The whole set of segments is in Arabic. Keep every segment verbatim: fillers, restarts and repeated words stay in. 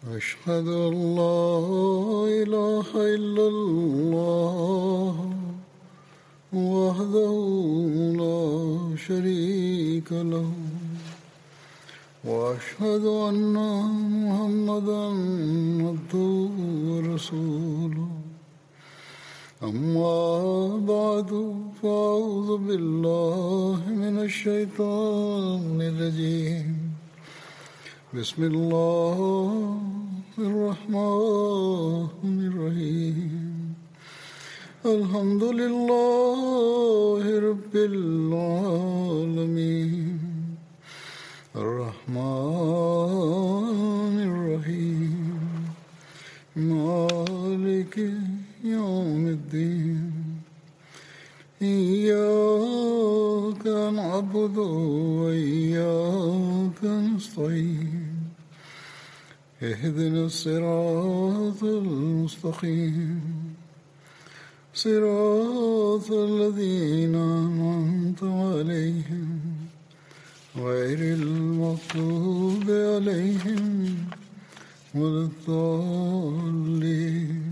أشهد أن لا إله إلا الله وحده لا شريك له وأشهد أن محمدا عبده ورسوله أما بعد فأعوذ بالله من الشيطان الرجيم بسم الله الرحمن الرحيم الحمد لله رب العالمين الرحمن الرحيم مالك يوم الدين إياك نعبد وإياك نستعين اهدنا الصراط المستقيم صراط الذين أنعمت عليهم غير المغضوب عليهم ولا الضالين.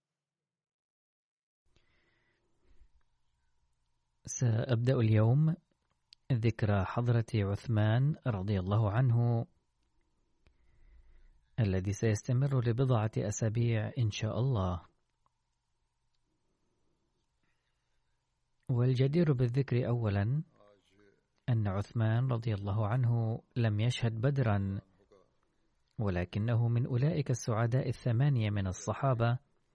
سأبدأ اليوم ذكرى حضرة عثمان رضي الله عنه الذي سيستمر لبضعة أسابيع إن شاء الله. والجدير بالذكر أولا أن عثمان رضي الله عنه لم يشهد بدرا، ولكنه من أولئك السعداء الثمانية من الصحابة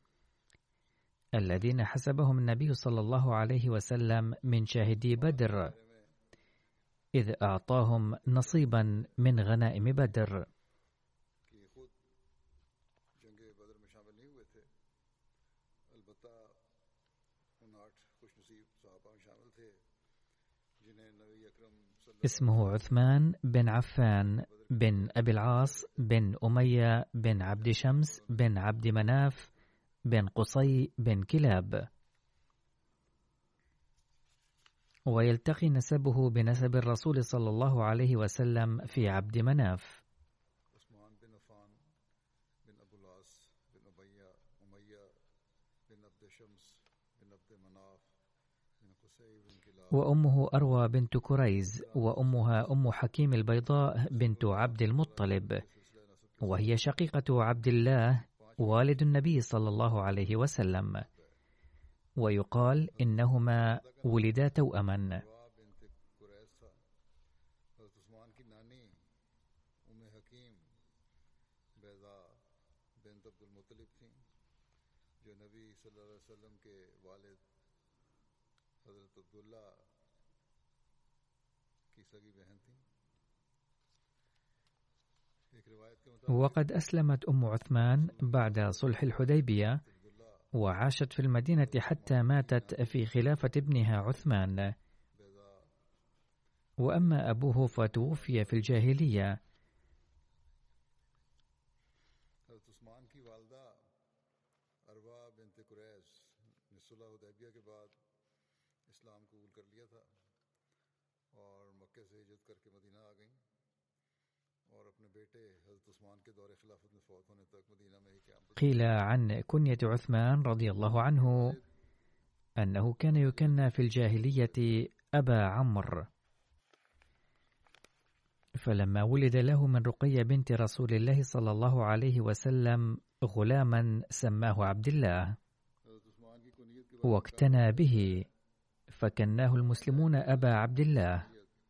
الذين حسبهم النبي صلى الله عليه وسلم من شاهدي بدر، إذ أعطاهم نصيبا من غنائم بدر. اسمه عثمان بن عفان بن أبي العاص بن أمية بن عبد شمس بن عبد مناف بن قصي بن كلاب، ويلتقي نسبه بنسب الرسول صلى الله عليه وسلم في عبد مناف. وأمه أروى بنت كريز، وأمها أم حكيم البيضاء بنت عبد المطلب، وهي شقيقة عبد الله والد النبي صلى الله عليه وسلم، ويقال إنهما ولدا توأما. وقد أسلمت أم عثمان بعد صلح الحديبية، وعاشت في المدينة حتى ماتت في خلافة ابنها عثمان. وأما أبوه فتوفي في الجاهلية. قيل عن كنية عثمان رضي الله عنه أنه كان يكنى في الجاهلية أبا عمرو، فلما ولد له من رقية بنت رسول الله صلى الله عليه وسلم غلاما سماه عبد الله، واقتنى به فكناه المسلمون أبا عبد الله.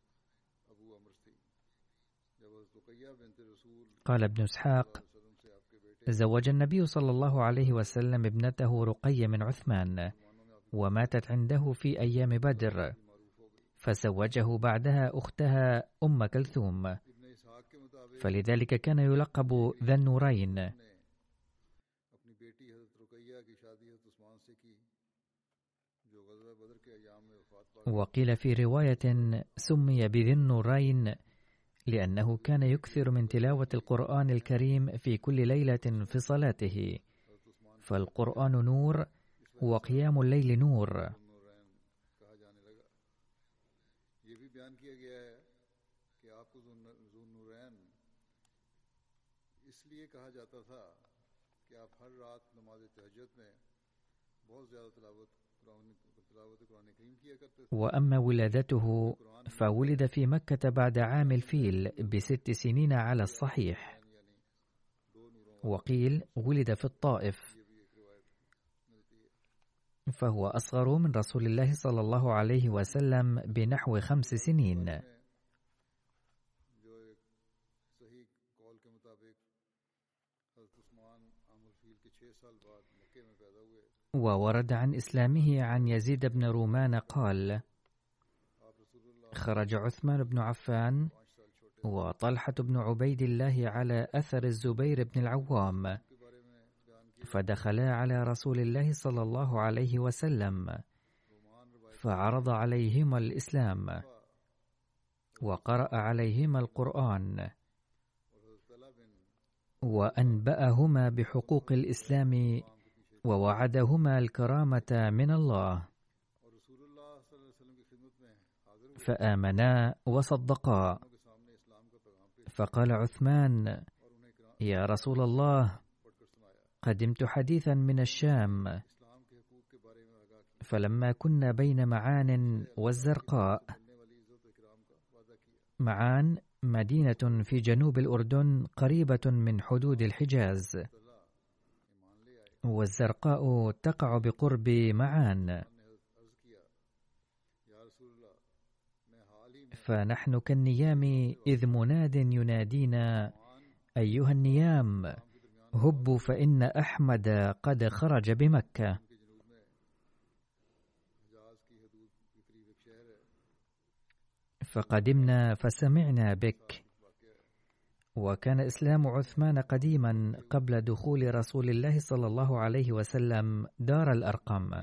قال ابن إسحاق: زوج النبي صلى الله عليه وسلم ابنته رقية من عثمان، وماتت عنده في أيام بدر، فزوجه بعدها أختها أم كلثوم، فلذلك كان يلقب ذا النورين. وقيل في رواية سمي بذي النورين لأنه كان يكثر من تلاوة القرآن الكريم في كل ليلة في صلاته، فالقرآن نور وقيام الليل نور. इसलिए कहा जाता था कि आप हर रात नमाज तहज्जुद में बहुत ज़्यादा तिलावत तिलावत कुरान करीम किया करते थे. وأما ولادته فولد في مكة بعد عام الفيل بست سنين على الصحيح، وقيل ولد في الطائف، فهو أصغر من رسول الله صلى الله عليه وسلم بنحو خمس سنين. وورد عن إسلامه عن يزيد بن رومان قال: خرج عثمان بن عفان وطلحة بن عبيد الله على أثر الزبير بن العوام، فدخلا على رسول الله صلى الله عليه وسلم فعرض عليهما الإسلام وقرأ عليهما القرآن وأنبأهما بحقوق الإسلام ووعدهما الكرامة من الله، فآمنا وصدقا. فقال عثمان: يا رسول الله، قدمت حديثا من الشام، فلما كنا بين معان والزرقاء، معان مدينة في جنوب الأردن قريبة من حدود الحجاز، والزرقاء تقع بقرب معان، فنحن كالنيام إذ مناد ينادينا: أيها النيام هبوا فإن أحمد قد خرج بمكة. فقدمنا فسمعنا بك. وكان إسلام عثمان قديما قبل دخول رسول الله صلى الله عليه وسلم دار الأرقم.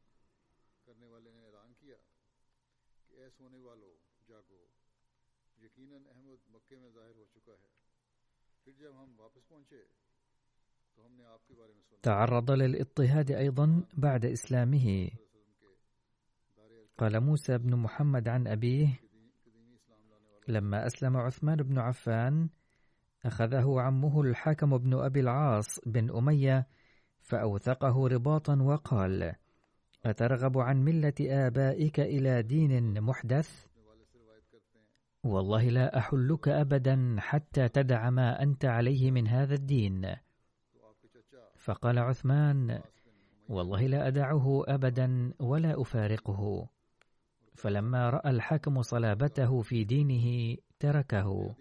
تعرض للاضطهاد أيضا بعد إسلامه. قال موسى بن محمد عن أبيه: لما أسلم عثمان بن عفان أخذه عمه الحكم بن أبي العاص بن أمية فأوثقه رباطا وقال: أترغب عن ملة آبائك إلى دين محدث؟ والله لا أحلك أبدا حتى تدع ما أنت عليه من هذا الدين. فقال عثمان: والله لا أدعه أبدا ولا أفارقه. فلما رأى الحكم صلابته في دينه تركه.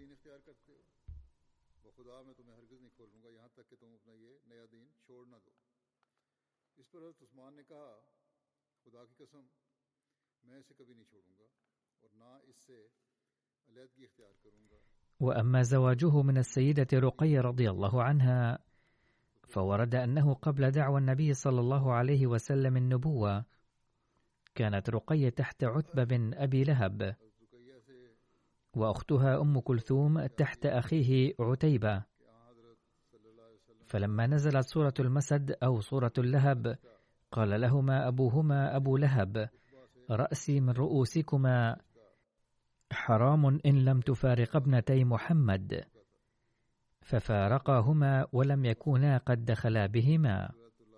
وأما زواجه من السيدة رقية رضي الله عنها، فورد أنه قبل دعوى النبي صلى الله عليه وسلم النبوة كانت رقية تحت عتبة بن أبي لهب، وأختها أم كلثوم تحت أخيه عتيبة. فلما نزلت سورة المسد أو سورة اللهب قال لهما أبوهما أبو لهب: رأسي من رؤوسكما، حرام إن لم تفارق ابنتي محمد. ففارقاهما ولم يكونا قد دخلا بهما.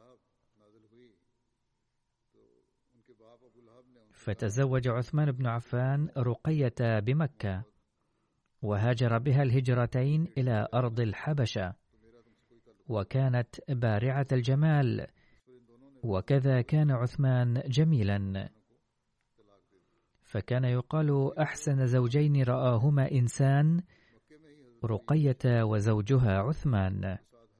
فتزوج عثمان بن عفان رقية بمكة، وهاجر بها الهجرتين إلى أرض الحبشة، وكانت بارعة الجمال، وكذا كان عثمان جميلا، فكان يقال: أحسن زوجين رآهما إنسان، رقية وزوجها عثمان.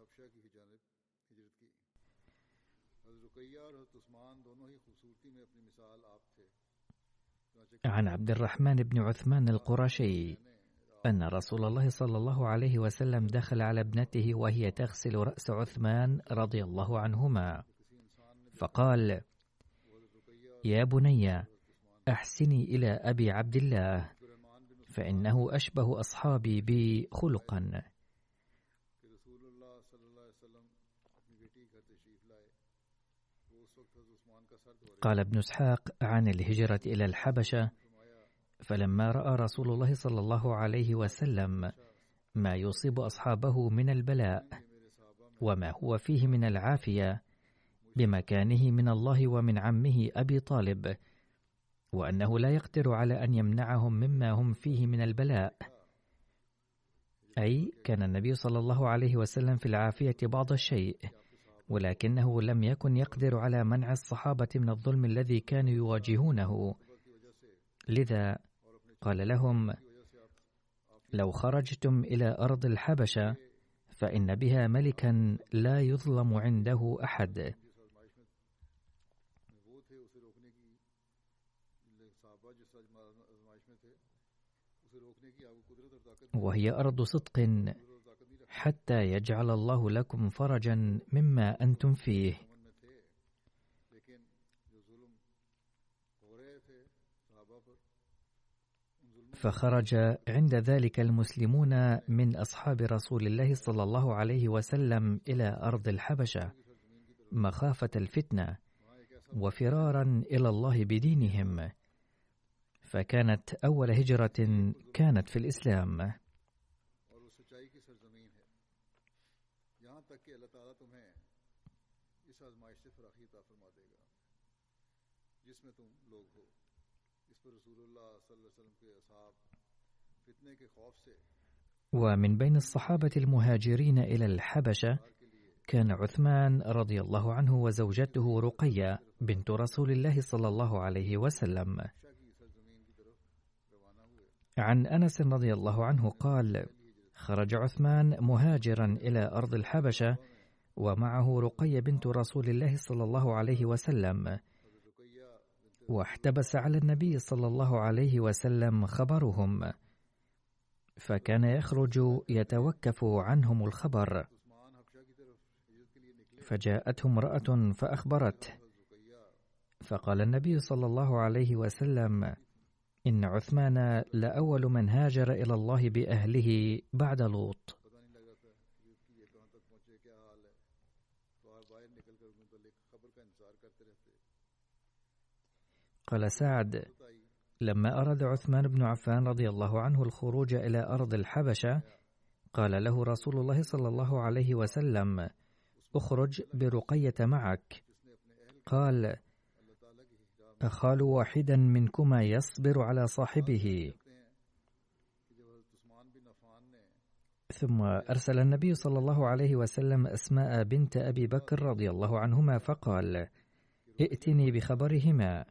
عن عبد الرحمن بن عثمان القرشي أن رسول الله صلى الله عليه وسلم دخل على ابنته وهي تغسل رأس عثمان رضي الله عنهما، فقال: يا بني، أحسني إلى أبي عبد الله، فإنه أشبه أصحابي بي خلقا. قال ابن إسحاق عن الهجرة إلى الحبشة: فلما رأى رسول الله صلى الله عليه وسلم ما يصيب أصحابه من البلاء وما هو فيه من العافية بمكانه من الله ومن عمه أبي طالب، وأنه لا يقدر على أن يمنعهم مما هم فيه من البلاء. أي كان النبي صلى الله عليه وسلم في العافية بعض الشيء، ولكنه لم يكن يقدر على منع الصحابة من الظلم الذي كانوا يواجهونه. لذا قال لهم: لو خرجتم إلى أرض الحبشة فإن بها ملكا لا يظلم عنده أحد، وهي أرض صدق حتى يجعل الله لكم فرجا مما أنتم فيه. فخرج عند ذلك المسلمون من أصحاب رسول الله صلى الله عليه وسلم إلى أرض الحبشة مخافة الفتنة وفرارا إلى الله بدينهم، فكانت أول هجرة كانت في الإسلام. ومن بين الصحابة المهاجرين إلى الحبشة كان عثمان رضي الله عنه وزوجته رقية بنت رسول الله صلى الله عليه وسلم. عن أنس رضي الله عنه قال: خرج عثمان مهاجرا إلى أرض الحبشة ومعه رقية بنت رسول الله صلى الله عليه وسلم، واحتبس على النبي صلى الله عليه وسلم خبرهم، فكان يخرج يتوكف عنهم الخبر. فجاءته امرأة فأخبرته، فقال النبي صلى الله عليه وسلم: إن عثمان لأول من هاجر إلى الله بأهله بعد لوط. قال سعد: لما أراد عثمان بن عفان رضي الله عنه الخروج إلى أرض الحبشة قال له رسول الله صلى الله عليه وسلم: اخرج برقية معك. قال: أخال واحدا منكما يصبر على صاحبه؟ ثم أرسل النبي صلى الله عليه وسلم أسماء بنت أبي بكر رضي الله عنهما فقال: ائتني بخبرهما،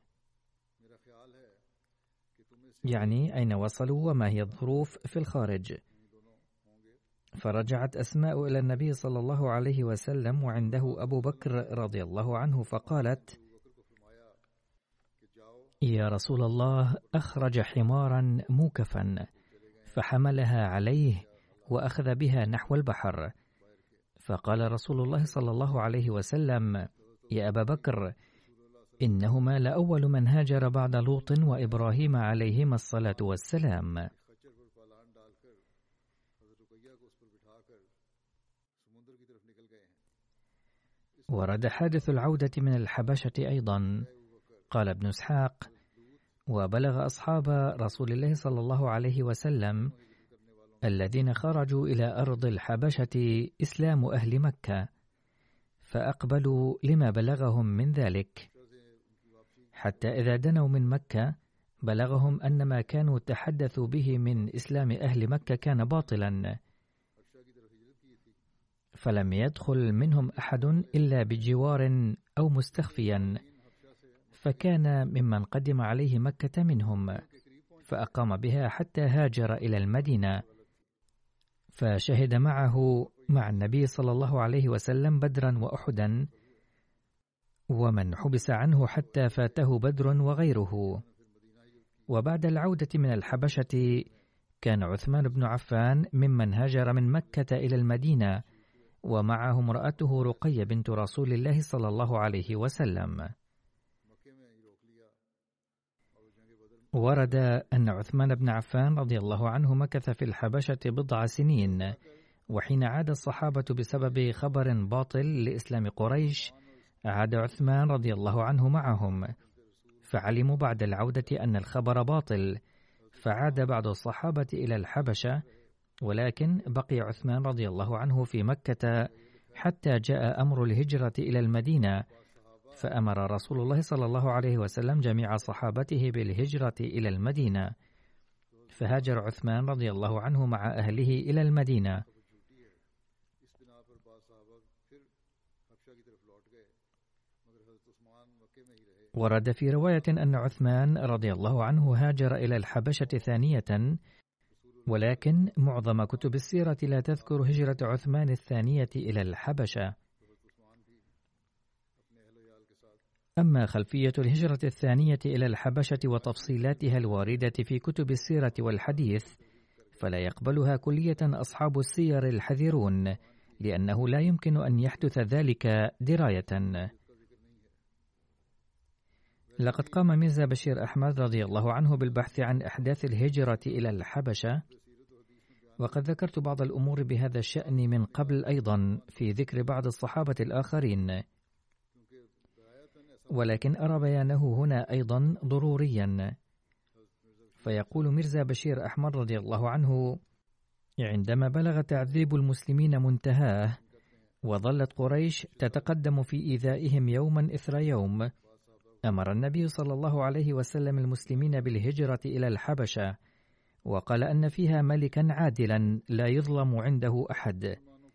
يعني أين وصلوا وما هي الظروف في الخارج. فرجعت أسماء إلى النبي صلى الله عليه وسلم وعنده أبو بكر رضي الله عنه فقالت: يا رسول الله، أخرج حمارا موكفا فحملها عليه وأخذ بها نحو البحر. فقال رسول الله صلى الله عليه وسلم: يا أبا بكر، إنهما لأول من هاجر بعد لوط وإبراهيم عليهما الصلاة والسلام. ورد حادث العودة من الحبشة أيضا. قال ابن إسحاق: وبلغ أصحاب رسول الله صلى الله عليه وسلم الذين خرجوا إلى أرض الحبشة إسلام أهل مكة، فأقبلوا لما بلغهم من ذلك، حتى إذا دنوا من مكة بلغهم أن ما كانوا تحدثوا به من إسلام أهل مكة كان باطلا، فلم يدخل منهم أحد إلا بجوار أو مستخفيا، فكان ممن قدم عليه مكة منهم، فأقام بها حتى هاجر إلى المدينة، فشهد معه مع النبي صلى الله عليه وسلم بدرا وأحدا، ومن حبس عنه حتى فاته بدر وغيره. وبعد العودة من الحبشة كان عثمان بن عفان ممن هاجر من مكة إلى المدينة، ومعه امرأته رقية بنت رسول الله صلى الله عليه وسلم. ورد أن عثمان بن عفان رضي الله عنه مكث في الحبشة بضع سنين، وحين عاد الصحابة بسبب خبر باطل لإسلام قريش عاد عثمان رضي الله عنه معهم، فعلموا بعد العودة أن الخبر باطل، فعاد بعض الصحابة إلى الحبشة ولكن بقي عثمان رضي الله عنه في مكة حتى جاء أمر الهجرة إلى المدينة، فأمر رسول الله صلى الله عليه وسلم جميع صحابته بالهجرة إلى المدينة، فهاجر عثمان رضي الله عنه مع أهله إلى المدينة. ورد في رواية أن عثمان رضي الله عنه هاجر إلى الحبشة ثانية، ولكن معظم كتب السيرة لا تذكر هجرة عثمان الثانية إلى الحبشة. أما خلفية الهجرة الثانية إلى الحبشة وتفصيلاتها الواردة في كتب السيرة والحديث فلا يقبلها كلية أصحاب السير الحذرون، لأنه لا يمكن أن يحدث ذلك دراية. لقد قام ميرزا بشير أحمد رضي الله عنه بالبحث عن أحداث الهجرة إلى الحبشة، وقد ذكرت بعض الأمور بهذا الشأن من قبل أيضا في ذكر بعض الصحابة الآخرين، ولكن أرى بيانه هنا أيضا ضروريا. فيقول ميرزا بشير أحمد رضي الله عنه: عندما بلغ تعذيب المسلمين منتهاه وظلت قريش تتقدم في إيذائهم يوما إثر يوم، أمر النبي صلى الله عليه وسلم المسلمين بالهجرة إلى الحبشة، وقال أن فيها ملكا عادلا لا يظلم عنده أحد.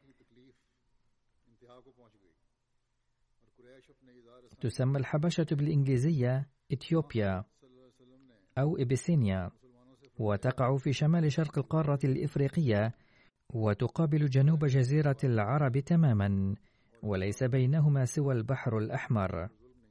تسمى الحبشة بالإنجليزية إثيوبيا أو إبسينيا، وتقع في شمال شرق القارة الإفريقية، وتقابل جنوب جزيرة العرب تماما، وليس بينهما سوى البحر الأحمر.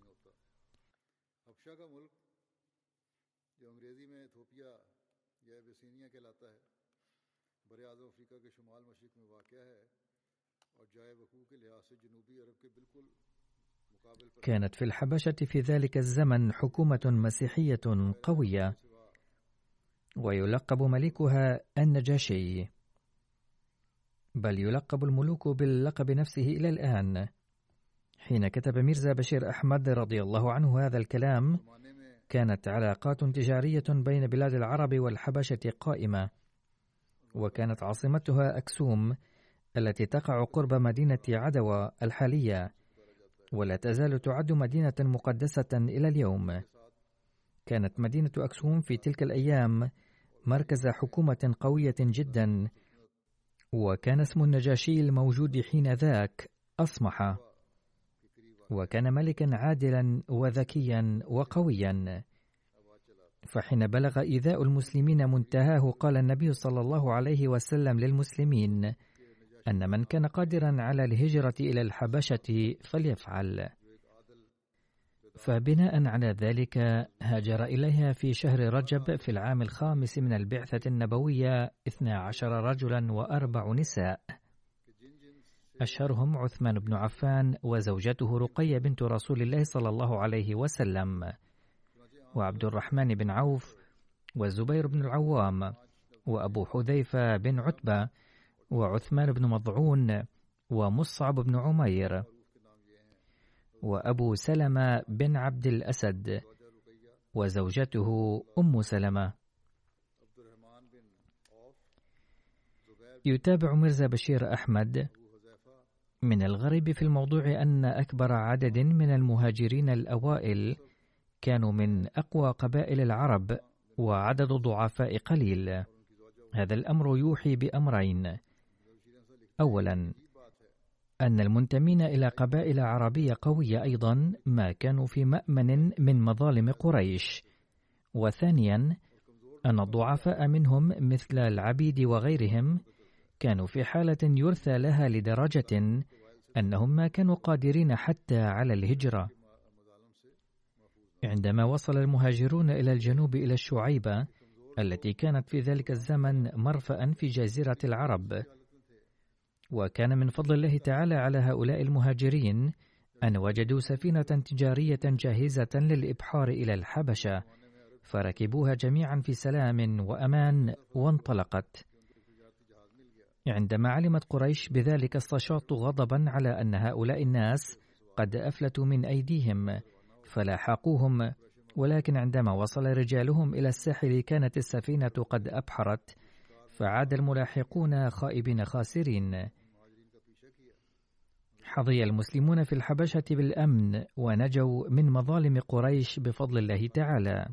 كانت في الحبشة في ذلك الزمن حكومة مسيحية قوية، ويلقب ملكها النجاشي، بل يلقب الملوك باللقب نفسه إلى الآن. حين كتب ميرزا بشير أحمد رضي الله عنه هذا الكلام كانت علاقات تجارية بين بلاد العرب والحبشة قائمة، وكانت عاصمتها أكسوم التي تقع قرب مدينة عدوى الحالية، ولا تزال تعد مدينة مقدسة إلى اليوم. كانت مدينة أكسوم في تلك الأيام مركز حكومة قوية جدا، وكان اسم النجاشي الموجود حين ذاك أصمح، وكان ملكا عادلا وذكيا وقويا. فحين بلغ إيذاء المسلمين منتهاه قال النبي صلى الله عليه وسلم للمسلمين أن من كان قادرا على الهجرة إلى الحبشة فليفعل. فبناء على ذلك هاجر إليها في شهر رجب في العام الخامس من البعثة النبوية اثنى عشر رجلا وأربع نساء، أشهرهم عثمان بن عفان وزوجته رقية بنت رسول الله صلى الله عليه وسلم، وعبد الرحمن بن عوف، والزبير بن العوام، وأبو حذيفة بن عتبة، وعثمان بن مضعون، ومصعب بن عمير، وأبو سلمة بن عبد الأسد، وزوجته أم سلمة. يتابع ميرزا بشير أحمد: من الغريب في الموضوع أن أكبر عدد من المهاجرين الأوائل كانوا من أقوى قبائل العرب، وعدد ضعفاء قليل. هذا الأمر يوحي بأمرين: أولا أن المنتمين إلى قبائل عربية قوية أيضا ما كانوا في مأمن من مظالم قريش، وثانيا أن الضعفاء منهم مثل العبيد وغيرهم كانوا في حالة يرثى لها لدرجة أنهم ما كانوا قادرين حتى على الهجرة. عندما وصل المهاجرون إلى الجنوب إلى الشعيبة التي كانت في ذلك الزمن مرفأ في جزيرة العرب، وكان من فضل الله تعالى على هؤلاء المهاجرين أن وجدوا سفينة تجارية جاهزة للإبحار إلى الحبشة، فركبوها جميعا في سلام وأمان وانطلقت. عندما علمت قريش بذلك استشاطوا غضبا على أن هؤلاء الناس قد أفلتوا من أيديهم فلاحقوهم، ولكن عندما وصل رجالهم إلى الساحل كانت السفينة قد أبحرت، فعاد الملاحقون خائبين خاسرين. حظي المسلمون في الحبشة بالأمن ونجوا من مظالم قريش بفضل الله تعالى.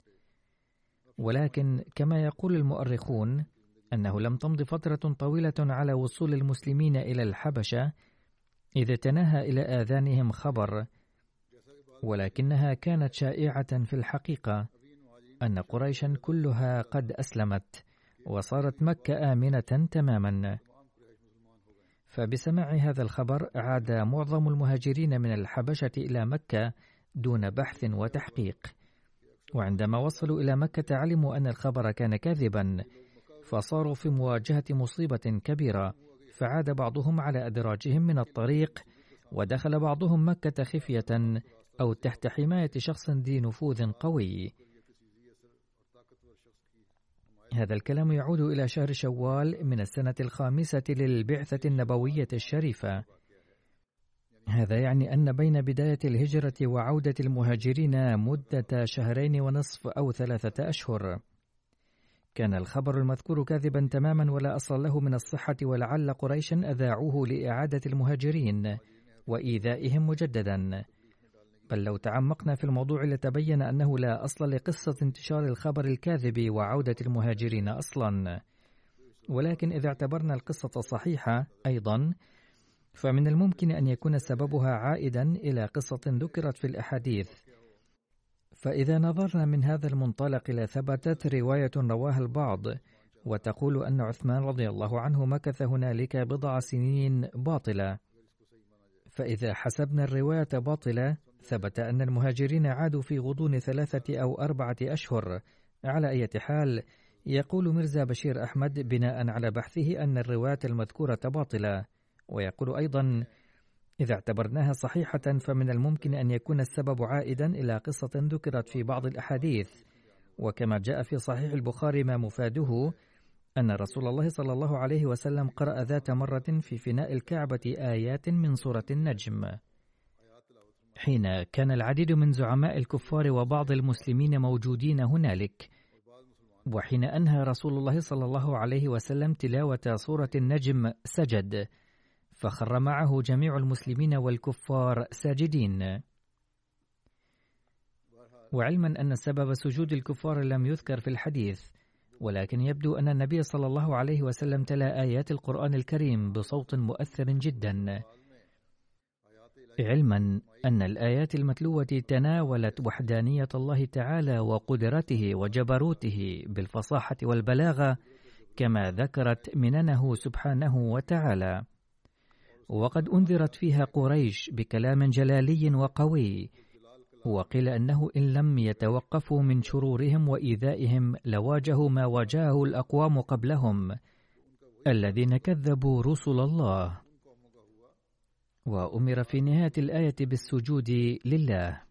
ولكن كما يقول المؤرخون أنه لم تمض فترة طويلة على وصول المسلمين إلى الحبشة إذ تناهى إلى آذانهم خبر، ولكنها كانت شائعة في الحقيقة، أن قريشا كلها قد أسلمت وصارت مكة آمنة تماما. فبسماع هذا الخبر عاد معظم المهاجرين من الحبشة إلى مكة دون بحث وتحقيق، وعندما وصلوا إلى مكة علموا أن الخبر كان كاذبا، فصاروا في مواجهة مصيبة كبيرة، فعاد بعضهم على أدراجهم من الطريق، ودخل بعضهم مكة خفية أو تحت حماية شخص ذي نفوذ قوي. هذا الكلام يعود إلى شهر شوال من السنة الخامسة للبعثة النبوية الشريفة. هذا يعني أن بين بداية الهجرة وعودة المهاجرين مدة شهرين ونصف أو ثلاثة أشهر. كان الخبر المذكور كاذبا تماما ولا أصل له من الصحة، ولعل قريشا أذاعوه لإعادة المهاجرين وإيذائهم مجددا. بل لو تعمقنا في الموضوع لتبين أنه لا أصل لقصة انتشار الخبر الكاذب وعودة المهاجرين أصلا. ولكن إذا اعتبرنا القصة صحيحة أيضا، فمن الممكن أن يكون سببها عائدا إلى قصة ذكرت في الأحاديث. فإذا نظرنا من هذا المنطلق لثبتت رواية رواها البعض وتقول أن عثمان رضي الله عنه مكث هنالك بضع سنين باطلة، فإذا حسبنا الرواية باطلة ثبت أن المهاجرين عادوا في غضون ثلاثة أو أربعة أشهر. على أي حال، يقول ميرزا بشير أحمد بناء على بحثه أن الرواية المذكورة باطلة، ويقول أيضا إذا اعتبرناها صحيحة فمن الممكن أن يكون السبب عائدا إلى قصة ذكرت في بعض الأحاديث، وكما جاء في صحيح البخاري ما مفاده أن رسول الله صلى الله عليه وسلم قرأ ذات مرة في فناء الكعبة آيات من سورة النجم، حين كان العديد من زعماء الكفار وبعض المسلمين موجودين هنالك. وحين أنهى رسول الله صلى الله عليه وسلم تلاوة سورة النجم سجد، فخر معه جميع المسلمين والكفار ساجدين. وعلما أن سبب سجود الكفار لم يذكر في الحديث، ولكن يبدو أن النبي صلى الله عليه وسلم تلا آيات القرآن الكريم بصوت مؤثر جدا، علما أن الآيات المتلوة تناولت وحدانية الله تعالى وقدرته وجبروته بالفصاحة والبلاغة، كما ذكرت مننه سبحانه وتعالى. وقد أنذرت فيها قريش بكلام جلالي وقوي، وقيل أنه إن لم يتوقفوا من شرورهم وإيذائهم لواجهوا ما واجهه الأقوام قبلهم الذين كذبوا رسل الله. وأمر في نهاية الآية بالسجود لله.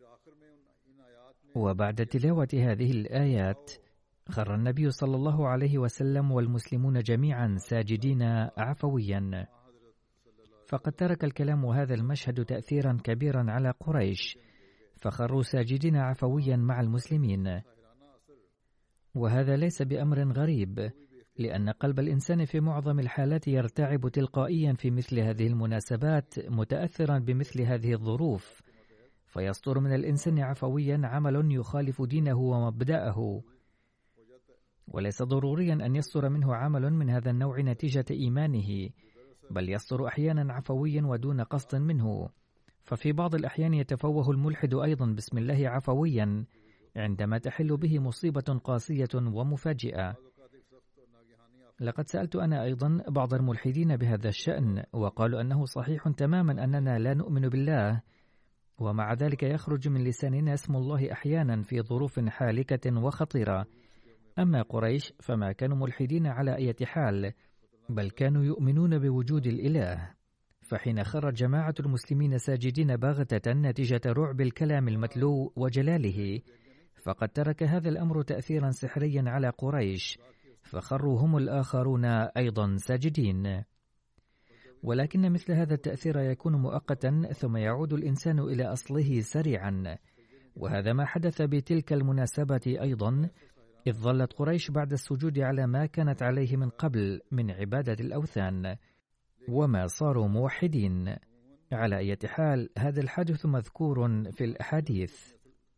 وبعد تلاوة هذه الآيات خر النبي صلى الله عليه وسلم والمسلمون جميعا ساجدين عفويا. فقد ترك الكلام هذا المشهد تأثيرا كبيرا على قريش، فخروا ساجدين عفويا مع المسلمين. وهذا ليس بأمر غريب، لأن قلب الإنسان في معظم الحالات يرتعب تلقائيا في مثل هذه المناسبات متأثرا بمثل هذه الظروف، فيصدر من الإنسان عفويا عمل يخالف دينه ومبدأه، وليس ضروريا أن يصدر منه عمل من هذا النوع نتيجة إيمانه، بل يصدر أحيانا عفويا ودون قصد منه. ففي بعض الأحيان يتفوه الملحد أيضا بسم الله عفويا عندما تحل به مصيبة قاسية ومفاجئة. لقد سألت أنا أيضا بعض الملحدين بهذا الشأن، وقالوا أنه صحيح تماما أننا لا نؤمن بالله، ومع ذلك يخرج من لساننا اسم الله أحيانا في ظروف حالكة وخطيرة. أما قريش فما كانوا ملحدين على أي حال، بل كانوا يؤمنون بوجود الإله. فحين خرج جماعة المسلمين ساجدين باغتة نتيجة رعب الكلام المتلو وجلاله، فقد ترك هذا الأمر تأثيرا سحريا على قريش، فخروا هم الآخرون أيضا ساجدين. ولكن مثل هذا التأثير يكون مؤقتا ثم يعود الإنسان إلى أصله سريعا، وهذا ما حدث بتلك المناسبة أيضا، إذ ظلت قريش بعد السجود على ما كانت عليه من قبل من عبادة الأوثان، وما صاروا موحدين. على أي حال هذا الحدث مذكور في الأحاديث.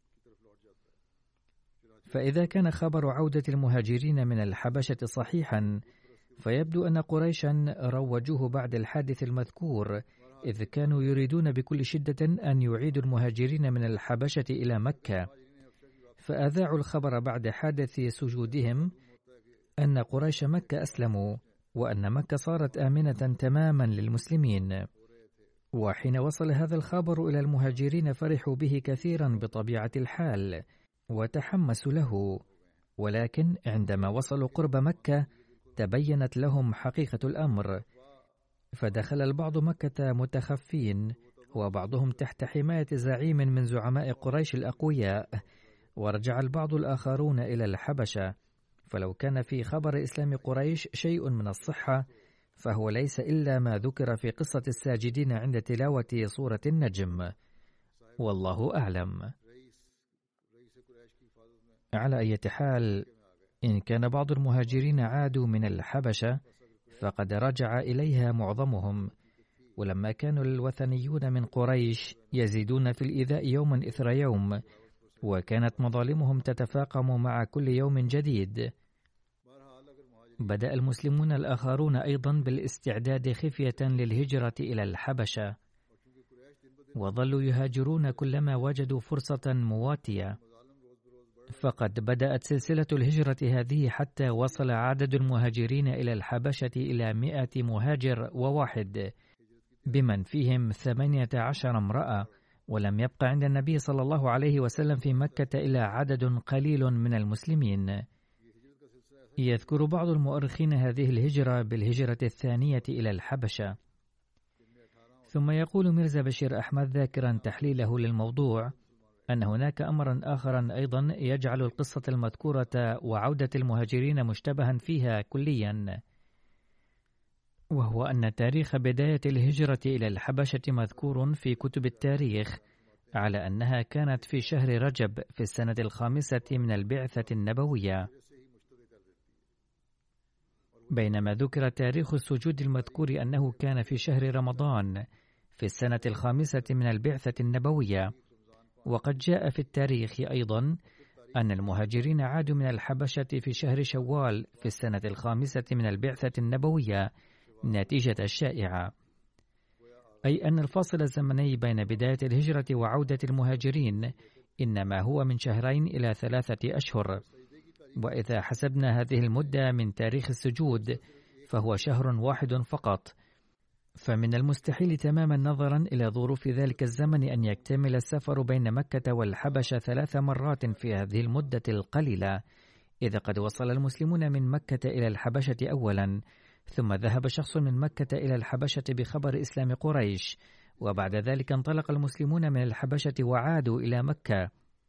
فإذا كان خبر عودة المهاجرين من الحبشة صحيحا، فيبدو أن قريشا روجوه بعد الحادث المذكور، إذ كانوا يريدون بكل شدة أن يعيدوا المهاجرين من الحبشة إلى مكة، فأذاعوا الخبر بعد حادث سجودهم أن قريش مكة أسلموا، وأن مكة صارت آمنة تماما للمسلمين. وحين وصل هذا الخبر إلى المهاجرين فرحوا به كثيرا بطبيعة الحال وتحمسوا له، ولكن عندما وصلوا قرب مكة تبينت لهم حقيقة الأمر، فدخل البعض مكة متخفين، وبعضهم تحت حماية زعيم من زعماء قريش الأقوياء، ورجع البعض الآخرون إلى الحبشة. فلو كان في خبر إسلام قريش شيء من الصحة، فهو ليس إلا ما ذكر في قصة الساجدين عند تلاوة سورة النجم، والله أعلم. على أي حال، إن كان بعض المهاجرين عادوا من الحبشة فقد رجع إليها معظمهم، ولما كانوا الوثنيون من قريش يزيدون في الإيذاء يوما إثر يوم، وكانت مظالمهم تتفاقم مع كل يوم جديد، بدأ المسلمون الآخرون أيضا بالاستعداد خفية للهجرة إلى الحبشة، وظلوا يهاجرون كلما وجدوا فرصة مواتية. فقد بدأت سلسلة الهجرة هذه حتى وصل عدد المهاجرين إلى الحبشة إلى مئة مهاجر وواحد، بمن فيهم ثمانية عشر امرأة، ولم يبق عند النبي صلى الله عليه وسلم في مكة إلا عدد قليل من المسلمين. يذكر بعض المؤرخين هذه الهجرة بالهجرة الثانية إلى الحبشة. ثم يقول ميرزا بشير أحمد ذاكرا تحليله للموضوع أن هناك أمرا آخرا أيضا يجعل القصة المذكورة وعودة المهاجرين مشتبها فيها كليا، وهو أن تاريخ بداية الهجرة إلى الحبشة مذكور في كتب التاريخ على أنها كانت في شهر رجب في السنة الخامسة من البعثة النبوية، بينما ذكر تاريخ السجود المذكور أنه كان في شهر رمضان في السنة الخامسة من البعثة النبوية. وقد جاء في التاريخ أيضا أن المهاجرين عادوا من الحبشة في شهر شوال في السنة الخامسة من البعثة النبوية نتيجة الشائعة، أي أن الفاصل الزمني بين بداية الهجرة وعودة المهاجرين إنما هو من شهرين إلى ثلاثة أشهر. وإذا حسبنا هذه المدة من تاريخ السجود فهو شهر واحد فقط، فمن المستحيل تماما نظرا إلى ظروف ذلك الزمن أن يكتمل السفر بين مكة والحبشة ثلاث مرات في هذه المدة القليلة، إذا قد وصل المسلمون من مكة إلى الحبشة أولا، ثم ذهب شخص من مكة إلى الحبشة بخبر إسلام قريش، وبعد ذلك انطلق المسلمون من الحبشة وعادوا إلى مكة.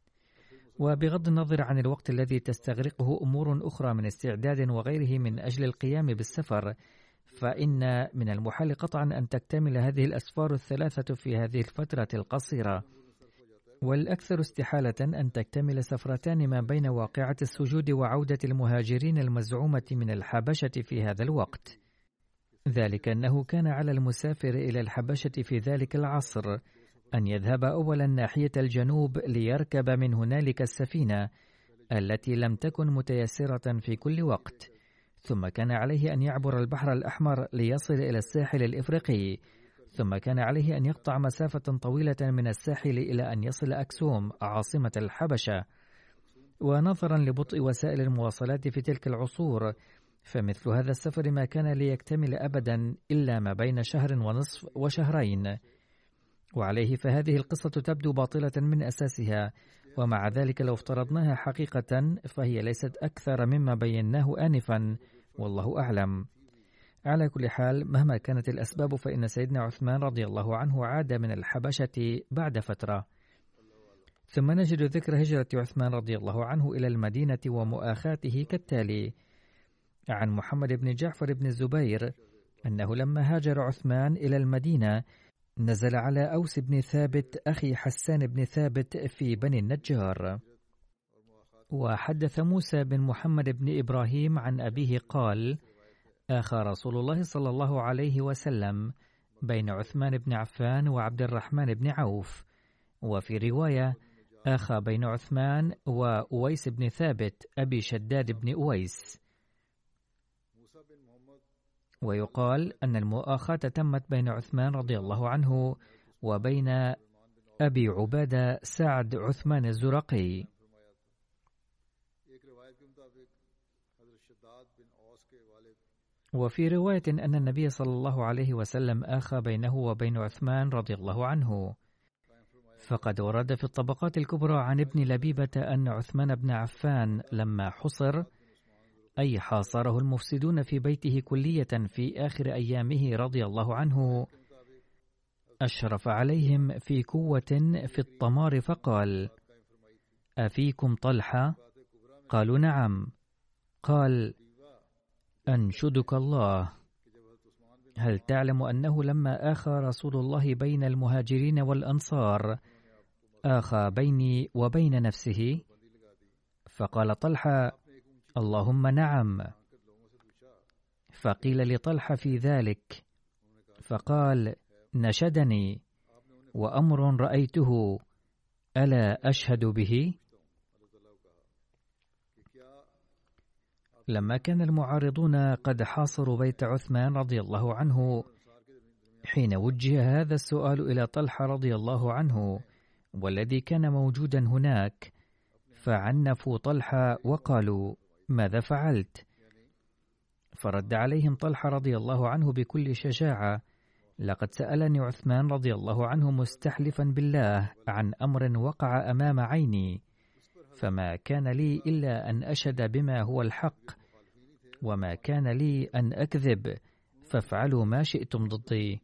وبغض النظر عن الوقت الذي تستغرقه أمور أخرى من استعداد وغيره من أجل القيام بالسفر، فإن من المحال قطعا أن تكتمل هذه الأسفار الثلاثة في هذه الفترة القصيرة، والأكثر استحالة أن تكتمل سفرتان ما بين واقعة السجود وعودة المهاجرين المزعومة من الحبشة في هذا الوقت، ذلك أنه كان على المسافر إلى الحبشة في ذلك العصر أن يذهب أولا ناحية الجنوب ليركب من هنالك السفينة التي لم تكن متيسرة في كل وقت، ثم كان عليه أن يعبر البحر الأحمر ليصل إلى الساحل الإفريقي، ثم كان عليه أن يقطع مسافة طويلة من الساحل إلى أن يصل أكسوم عاصمة الحبشة. ونظرا لبطء وسائل المواصلات في تلك العصور، فمثل هذا السفر ما كان ليكتمل أبدا إلا ما بين شهر ونصف وشهرين، وعليه فهذه القصة تبدو باطلة من أساسها، ومع ذلك لو افترضناها حقيقة فهي ليست أكثر مما بيناه آنفا، والله أعلم. على كل حال، مهما كانت الأسباب فإن سيدنا عثمان رضي الله عنه عاد من الحبشة بعد فترة. ثم نجد ذكر هجرة عثمان رضي الله عنه إلى المدينة ومؤاخاته كالتالي: عن محمد بن جعفر بن الزبير أنه لما هاجر عثمان إلى المدينة نزل على أوس بن ثابت أخي حسان بن ثابت في بني النجار، وحدث موسى بن محمد بن إبراهيم عن أبيه قال: آخى رسول الله صلى الله عليه وسلم بين عثمان بن عفان وعبد الرحمن بن عوف. وفي رواية: آخى بين عثمان وأويس بن ثابت أبي شداد بن أويس. ويقال أن المؤاخاة تمت بين عثمان رضي الله عنه وبين أبي عبادة سعد عثمان الزرقي. وفي رواية أن النبي صلى الله عليه وسلم آخى بينه وبين عثمان رضي الله عنه. فقد ورد في الطبقات الكبرى عن ابن لبيبة أن عثمان بن عفان لما حصر، أي حاصره المفسدون في بيته كلية في آخر أيامه رضي الله عنه، أشرف عليهم في كوة في الطمار فقال: أفيكم طلحة؟ قالوا: نعم. قال: أنشدك الله، هل تعلم أنه لما آخى رسول الله بين المهاجرين والأنصار آخى بيني وبين نفسه؟ فقال طلحة: اللهم نعم. فقيل لطلحة في ذلك فقال: نشدني وأمر رأيته ألا أشهد به؟ لما كان المعارضون قد حاصروا بيت عثمان رضي الله عنه، حين وجه هذا السؤال إلى طلحة رضي الله عنه والذي كان موجودا هناك، فعنفوا طلحة وقالوا: ماذا فعلت؟ فرد عليهم طلحة رضي الله عنه بكل شجاعة: لقد سألني عثمان رضي الله عنه مستحلفا بالله عن أمر وقع أمام عيني، فما كان لي إلا أن أشهد بما هو الحق، وما كان لي أن أكذب، فافعلوا ما شئتم ضدي.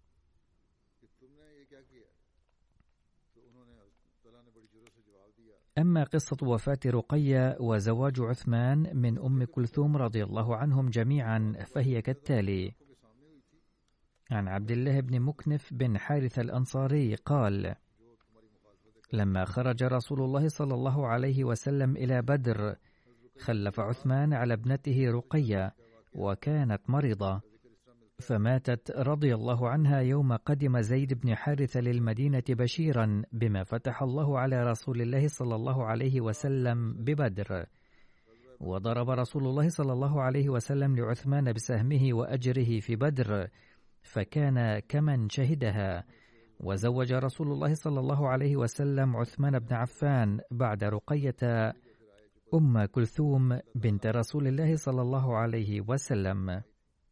أما قصة وفاة رقية وزواج عثمان من أم كلثوم رضي الله عنهم جميعا فهي كالتالي: عن عبد الله بن مكنف بن حارث الأنصاري قال: لما خرج رسول الله صلى الله عليه وسلم إلى بدر خلف عثمان على ابنته رقية وكانت مريضة، فماتت رضي الله عنها يوم قدم زيد بن حارث للمدينة بشيرا بما فتح الله على رسول الله صلى الله عليه وسلم ببدر. وضرب رسول الله صلى الله عليه وسلم لعثمان بسهمه وأجره في بدر، فكان كمن شهدها. وزوج رسول الله صلى الله عليه وسلم عثمان بن عفان بعد رقية أم كلثوم بنت رسول الله صلى الله عليه وسلم.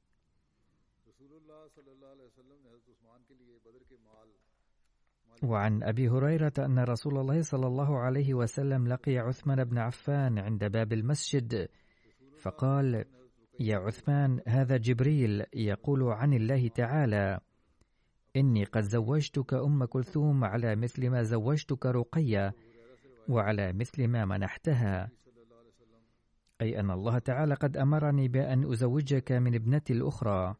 وعن أبي هريرة أن رسول الله صلى الله عليه وسلم لقي عثمان بن عفان عند باب المسجد فقال: يا عثمان، هذا جبريل يقول عن الله تعالى: إني قد زوجتك أم كلثوم على مثل ما زوجتك رقية وعلى مثل ما منحتها، أي أن الله تعالى قد أمرني بأن أزوجك من ابنتي الأخرى.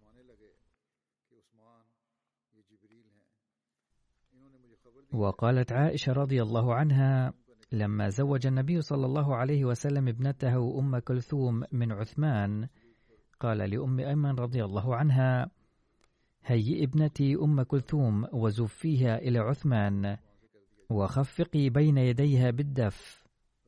وقالت عائشة رضي الله عنها: لما زوج النبي صلى الله عليه وسلم ابنته أم كلثوم من عثمان قال لأم أيمن رضي الله عنها: هيئي ابنتي أم كلثوم وزفيها إلى عثمان وخفقي بين يديها بالدف.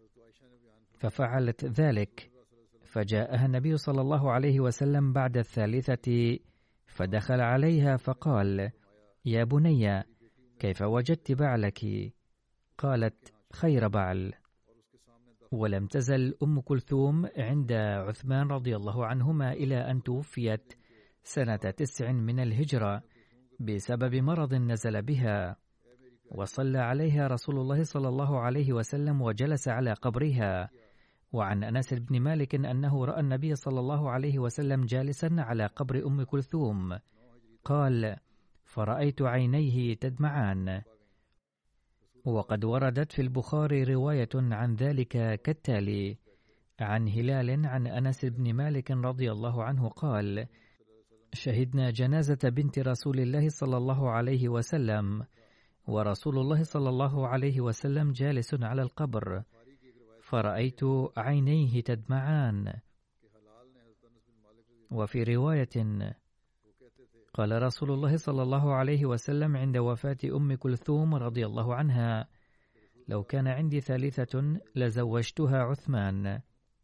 ففعلت ذلك، فجاءها النبي صلى الله عليه وسلم بعد الثالثة فدخل عليها فقال: يا بني، كيف وجدت بعلك؟ قالت: خير بعل. ولم تزل أم كلثوم عند عثمان رضي الله عنهما إلى أن توفيت سنة تسع من الهجرة بسبب مرض نزل بها، وصلى عليها رسول الله صلى الله عليه وسلم وجلس على قبرها. وعن أنس بن مالك أنه رأى النبي صلى الله عليه وسلم جالسا على قبر أم كلثوم، قال: فرأيت عينيه تدمعان. وقد وردت في البخاري رواية عن ذلك كالتالي: عن هلال عن أنس بن مالك رضي الله عنه قال: شهدنا جنازة بنت رسول الله صلى الله عليه وسلم، ورسول الله صلى الله عليه وسلم جالس على القبر، فرأيت عينيه تدمعان. وفي رواية قال رسول الله صلى الله عليه وسلم عند وفاة أم كلثوم رضي الله عنها: لو كان عندي ثالثة لزوجتها عثمان.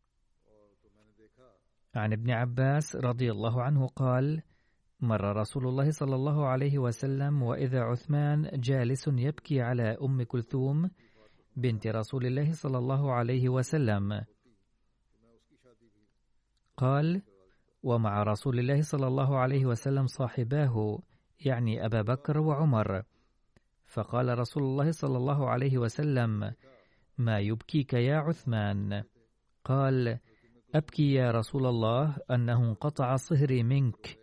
عن ابن عباس رضي الله عنه قال: مر رسول الله صلى الله عليه وسلم وإذا عثمان جالس يبكي على أم كلثوم بنت رسول الله صلى الله عليه وسلم. قال: ومع رسول الله صلى الله عليه وسلم صاحباه، يعني أبا بكر وعمر. فقال رسول الله صلى الله عليه وسلم: ما يبكيك يا عثمان؟ قال: أبكي يا رسول الله أنه انقطع صهري منك.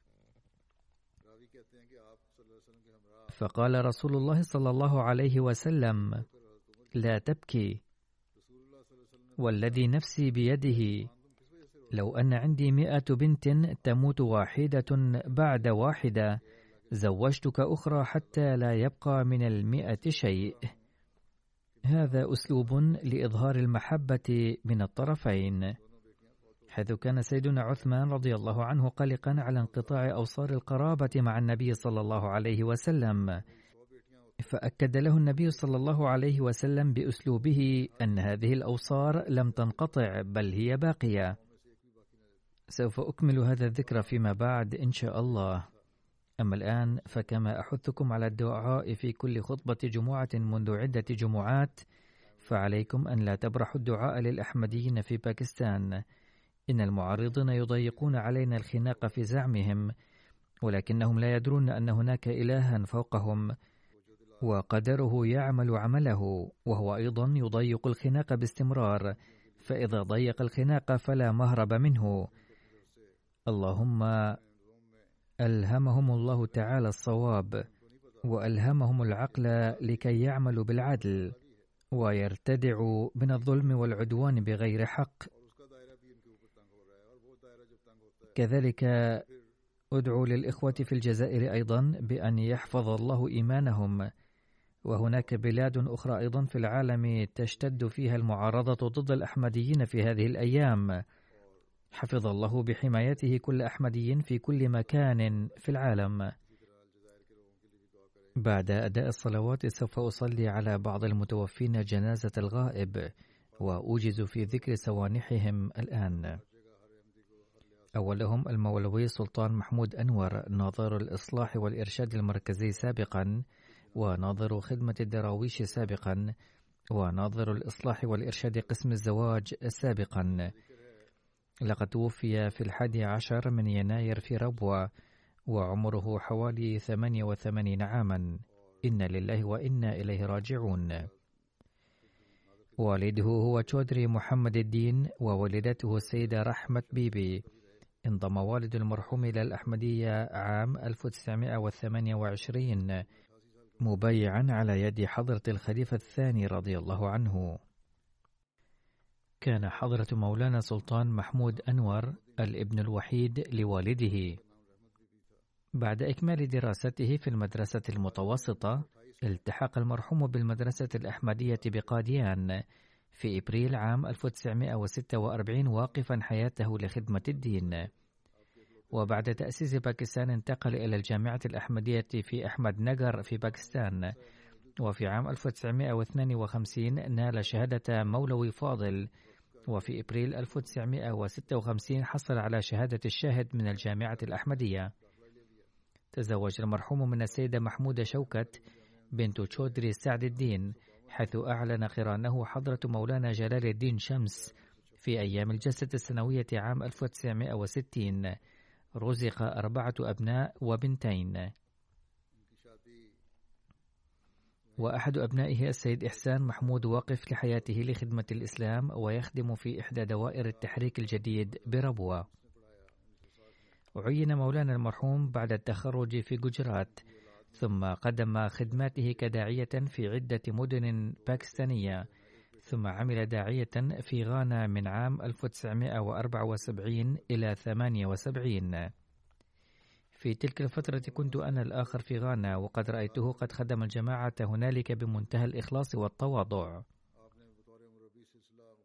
فقال رسول الله صلى الله عليه وسلم: لا تبكي، والذي نفسي بيده لو أن عندي مئة بنت تموت واحدة بعد واحدة زوجتك أخرى حتى لا يبقى من المئة شيء. هذا أسلوب لإظهار المحبة من الطرفين، حيث كان سيدنا عثمان رضي الله عنه قلقا على انقطاع أوصار القرابة مع النبي صلى الله عليه وسلم، فأكد له النبي صلى الله عليه وسلم بأسلوبه أن هذه الأوصار لم تنقطع بل هي باقية. سوف أكمل هذا الذكر فيما بعد إن شاء الله. أما الآن فكما أحثكم على الدعاء في كل خطبة جمعة منذ عدة جمعات، فعليكم أن لا تبرحوا الدعاء للأحمديين في باكستان. إن المعارضين يضيقون علينا الخناق في زعمهم، ولكنهم لا يدرون أن هناك إلها فوقهم وقدره يعمل عمله، وهو أيضا يضيق الخناق باستمرار، فإذا ضيق الخناق فلا مهرب منه. اللهم ألهمهم الله تعالى الصواب، وألهمهم العقل لكي يعملوا بالعدل ويرتدعوا من الظلم والعدوان بغير حق. كذلك أدعو للإخوة في الجزائر أيضا بأن يحفظ الله إيمانهم، وهناك بلاد أخرى أيضا في العالم تشتد فيها المعارضة ضد الأحمديين في هذه الأيام. حفظ الله بحمايته كل أحمدي في كل مكان في العالم. بعد أداء الصلوات سوف أصلي على بعض المتوفين جنازة الغائب، وأوجز في ذكر سوانحهم الآن. أولهم المولوي سلطان محمود أنور، ناظر الإصلاح والإرشاد المركزي سابقا، وناظر خدمة الدراويش سابقا، وناظر الإصلاح والإرشاد قسم الزواج سابقا. لقد توفي في الحادي عشر من يناير في ربوة، وعمره حوالي ثمانية وثمانين عاما. إنا لله وإنا إليه راجعون. والده هو تشودري محمد الدين، ووالدته السيدة رحمة بيبي. انضم والد المرحوم إلى الأحمدية عام ألف وتسعمائة وثمانية وعشرين مبايعا على يد حضرة الخليفة الثاني رضي الله عنه. كان حضرة مولانا سلطان محمود أنور الابن الوحيد لوالده. بعد إكمال دراسته في المدرسة المتوسطة، التحق المرحوم بالمدرسة الأحمدية بقاديان في إبريل عام ألف وتسعمائة وستة وأربعين، واقفا حياته لخدمة الدين. وبعد تأسيس باكستان انتقل إلى الجامعة الأحمدية في أحمد نجر في باكستان، وفي عام ألف وتسعمائة واثنين وخمسين نال شهادة مولوي فاضل، وفي إبريل ألف وتسعمائة وستة وخمسين حصل على شهادة الشاهد من الجامعة الأحمدية. تزوج المرحوم من السيدة محمودة شوكت بنت تشودري سعد الدين، حيث أعلن قرانه حضرة مولانا جلال الدين شمس في أيام الجلسة السنوية عام ألف وتسعمائة وستين. رزق أربعة أبناء وبنتين، وأحد أبنائه السيد إحسان محمود واقف لحياته لخدمة الإسلام، ويخدم في إحدى دوائر التحريك الجديد بربوة. عين مولانا المرحوم بعد التخرج في جوجرات، ثم قدم خدماته كداعية في عدة مدن باكستانية، ثم عمل داعية في غانا من عام ألف وتسعمائة وأربعة وسبعين إلى ثمانية وسبعين. في تلك الفترة كنت أنا الآخر في غانا، وقد رأيته قد خدم الجماعة هنالك بمنتهى الإخلاص والتواضع.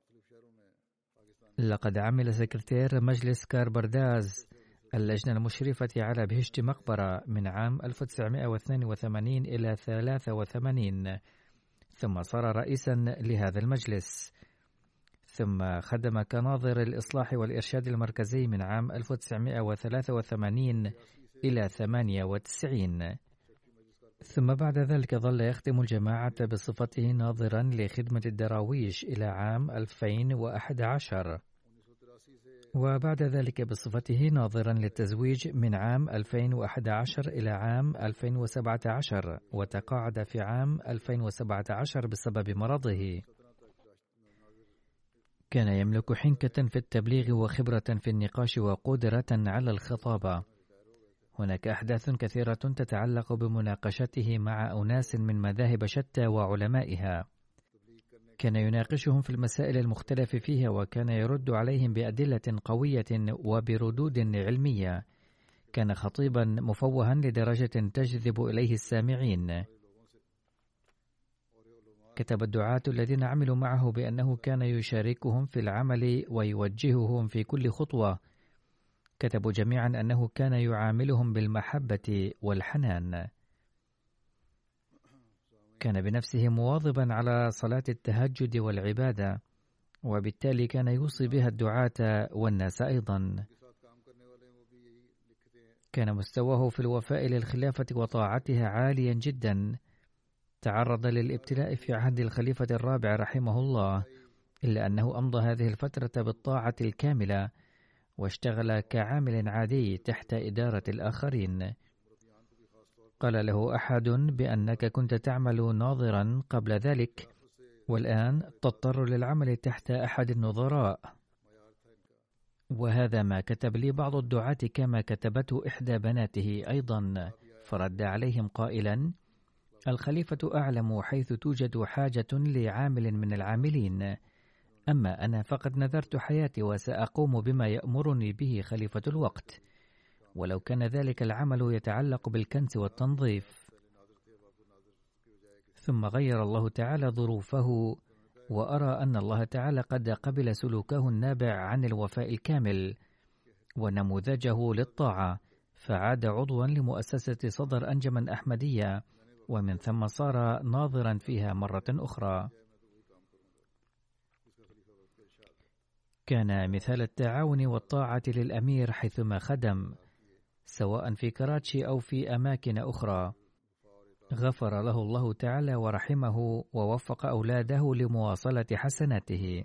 لقد عمل سكرتير مجلس كاربرداز اللجنة المشرفة على بهشت مقبرة من عام ألف وتسعمائة واثنين وثمانين إلى ثلاثة وثمانين، ثم صار رئيسا لهذا المجلس، ثم خدم كناظر الإصلاح والإرشاد المركزي من عام ألف وتسعمائة وثلاثة وثمانين إلى ثمانية وتسعين، ثم بعد ذلك ظل يخدم الجماعة بصفته ناظرا لخدمة الدراويش إلى عام ألفين وأحد عشر، وبعد ذلك بصفته ناظرا للتزويج من عام ألفين وأحد عشر إلى عام ألفين وسبعة عشر، وتقاعد في عام ألفين وسبعة عشر بسبب مرضه. كان يملك حنكة في التبليغ وخبرة في النقاش وقدرة على الخطابة. هناك أحداث كثيرة تتعلق بمناقشته مع أناس من مذاهب شتى وعلمائها. كان يناقشهم في المسائل المختلف فيها، وكان يرد عليهم بأدلة قوية وبردود علمية. كان خطيبا مفوها لدرجة تجذب إليه السامعين. كتب الدعاة الذين عملوا معه بأنه كان يشاركهم في العمل ويوجههم في كل خطوة. كتبوا جميعا أنه كان يعاملهم بالمحبة والحنان. كان بنفسه مواظبا على صلاة التهجد والعبادة، وبالتالي كان يوصي بها الدعاة والناس أيضا. كان مستواه في الوفاء للخلافة وطاعتها عاليا جدا. تعرض للابتلاء في عهد الخليفة الرابع رحمه الله، إلا أنه أمضى هذه الفترة بالطاعة الكاملة، واشتغل كعامل عادي تحت إدارة الآخرين. قال له أحد بأنك كنت تعمل ناظرا قبل ذلك، والآن تضطر للعمل تحت أحد النظراء. وهذا ما كتب لي بعض الدعاة كما كتبته إحدى بناته أيضا، فرد عليهم قائلا: الخليفة أعلم حيث توجد حاجة لعامل من العاملين، أما أنا فقد نذرت حياتي وسأقوم بما يأمرني به خليفة الوقت، ولو كان ذلك العمل يتعلق بالكنس والتنظيف. ثم غير الله تعالى ظروفه، وأرى أن الله تعالى قد قبل سلوكه النابع عن الوفاء الكامل ونموذجه للطاعة، فعاد عضوا لمؤسسة صدر أنجمن أحمدية، ومن ثم صار ناظرا فيها مرة أخرى. كان مثال التعاون والطاعة للأمير حيثما خدم، سواء في كراتشي أو في أماكن أخرى. غفر له الله تعالى ورحمه، ووفق أولاده لمواصلة حسناته.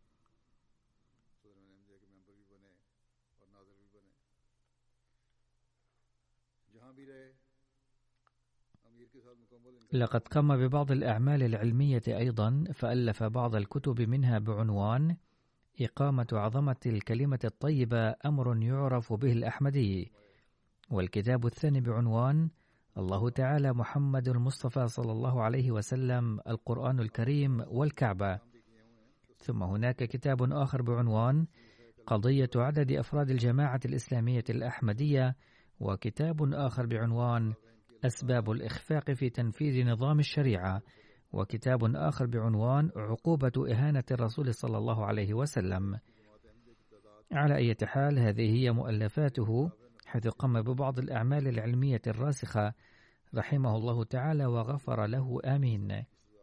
لقد قام ببعض الأعمال العلمية أيضا، فألف بعض الكتب منها بعنوان إقامة عظمة الكلمة الطيبة أمر يعرف به الأحمدي، والكتاب الثاني بعنوان الله تعالى محمد المصطفى صلى الله عليه وسلم القرآن الكريم والكعبة. ثم هناك كتاب آخر بعنوان قضية عدد أفراد الجماعة الإسلامية الأحمدية، وكتاب آخر بعنوان أسباب الإخفاق في تنفيذ نظام الشريعة، وكتاب آخر بعنوان عقوبة إهانة الرسول صلى الله عليه وسلم. على أي حال، هذه هي مؤلفاته، حيث قام ببعض الأعمال العلمية الراسخة رحمه الله تعالى وغفر له، آمين.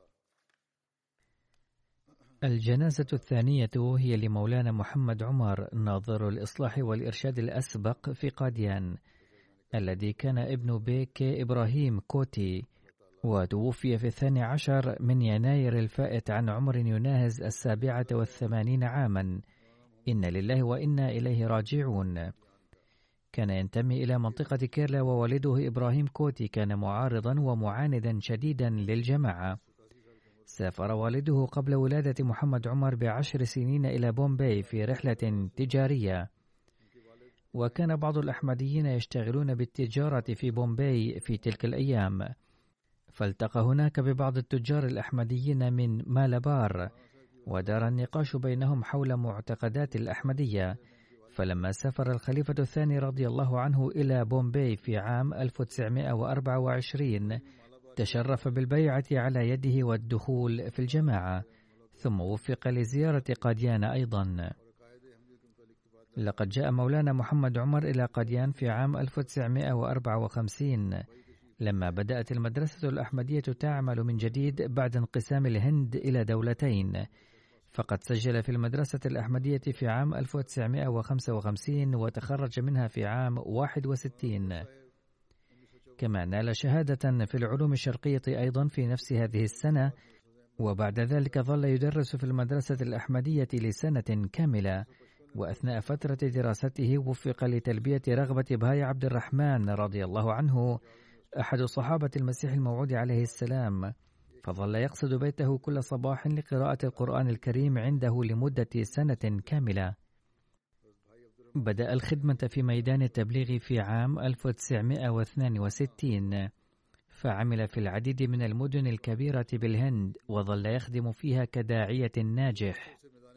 الجنازة الثانية هي لمولانا محمد عمر ناظر الإصلاح والإرشاد الأسبق في قاديان، الذي كان ابن بيك إبراهيم كوتي، وتوفي في الثاني عشر من يناير الفائت عن عمر يناهز السابعة والثمانين عاما. إن لله وإنا إليه راجعون. كان ينتمي إلى منطقة كيرلا، ووالده إبراهيم كوتي كان معارضا ومعاندا شديدا للجماعة. سافر والده قبل ولادة محمد عمر بعشر سنين إلى بومباي في رحلة تجارية، وكان بعض الأحمديين يشتغلون بالتجارة في بومباي في تلك الأيام، فالتقى هناك ببعض التجار الأحمديين من مالابار، ودار النقاش بينهم حول معتقدات الأحمدية. فلما سافر الخليفة الثاني رضي الله عنه إلى بومباي في عام ألف وتسعمائة وأربعة وعشرين، تشرف بالبيعة على يده والدخول في الجماعة، ثم وفق لزيارة قاديان أيضا. لقد جاء مولانا محمد عمر إلى قاديان في عام ألف وتسعمائة وأربعة وخمسين لما بدأت المدرسة الأحمدية تعمل من جديد بعد انقسام الهند إلى دولتين، فقد سجل في المدرسة الأحمدية في عام ألف وتسعمائة وخمسة وخمسين وتخرج منها في عام واحد وستين. كما نال شهادة في العلوم الشرقية أيضا في نفس هذه السنة، وبعد ذلك ظل يدرس في المدرسة الأحمدية لسنة كاملة. وأثناء فترة دراسته وفق لتلبية رغبة بهاي عبد الرحمن رضي الله عنه أحد صحابة المسيح الموعود عليه السلام، فظل يقصد بيته كل صباح لقراءة القرآن الكريم عنده لمدة سنة كاملة. بدأ الخدمة في ميدان التبليغ في عام ألف وتسعمائة واثنين وستين، فعمل في العديد من المدن الكبيرة بالهند وظل يخدم فيها كداعية ناجح.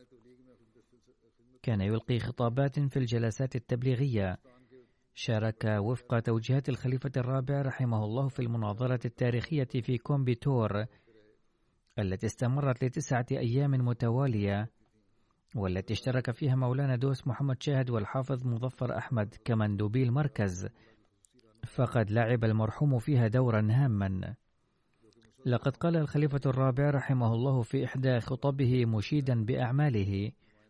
كان يلقي خطابات في الجلسات التبليغية. شارك وفق توجيهات الخليفة الرابع رحمه الله في المناظرة التاريخية في كومبيتور التي استمرت لتسعة أيام متوالية، والتي اشترك فيها مولانا دوس محمد شاهد والحافظ مظفر أحمد كمندوبي المركز، فقد لعب المرحوم فيها دورا هاما. لقد قال الخليفة الرابع رحمه الله في إحدى خطبه مشيدا بأعماله: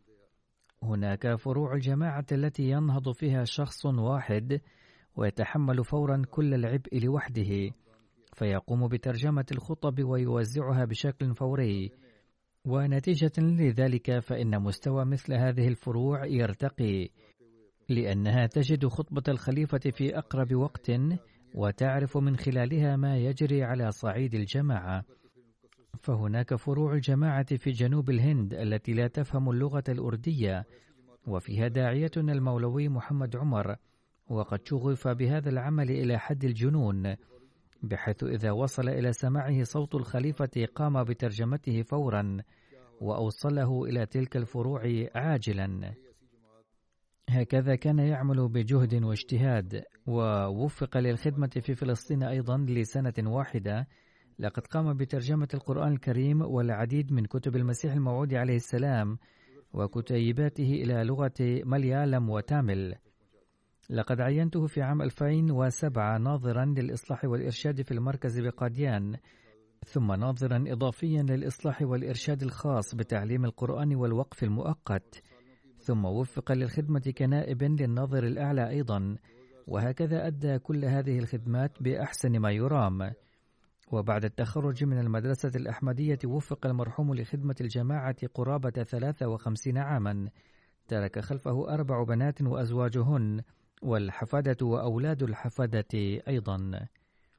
هناك فروع الجماعة التي ينهض فيها شخص واحد ويتحمل فورا كل العبء لوحده، فيقوم بترجمة الخطب ويوزعها بشكل فوري، ونتيجة لذلك فإن مستوى مثل هذه الفروع يرتقي، لأنها تجد خطبة الخليفة في أقرب وقت وتعرف من خلالها ما يجري على صعيد الجماعة. فهناك فروع الجماعة في جنوب الهند التي لا تفهم اللغة الأردية، وفيها داعيتنا المولوي محمد عمر، وقد شغف بهذا العمل إلى حد الجنون، بحيث إذا وصل إلى سماعه صوت الخليفة قام بترجمته فورا وأوصله إلى تلك الفروع عاجلا. هكذا كان يعمل بجهد واجتهاد، ووفق للخدمة في فلسطين أيضا لسنة واحدة. لقد قام بترجمة القرآن الكريم والعديد من كتب المسيح الموعود عليه السلام وكتيباته إلى لغة مليالم وتامل. لقد عينته في عام ألفين وسبعة ناظرا للإصلاح والإرشاد في المركز بقاديان، ثم ناظرا إضافيا للإصلاح والإرشاد الخاص بتعليم القرآن والوقف المؤقت، ثم وفق للخدمة كنائب للناظر الأعلى أيضا، وهكذا أدى كل هذه الخدمات بأحسن ما يرام. وبعد التخرج من المدرسة الأحمدية وفق المرحوم لخدمة الجماعة قرابة ثلاثة وخمسين عاما، ترك خلفه أربع بنات وأزواجهن والحفادة وأولاد الحفادة أيضا.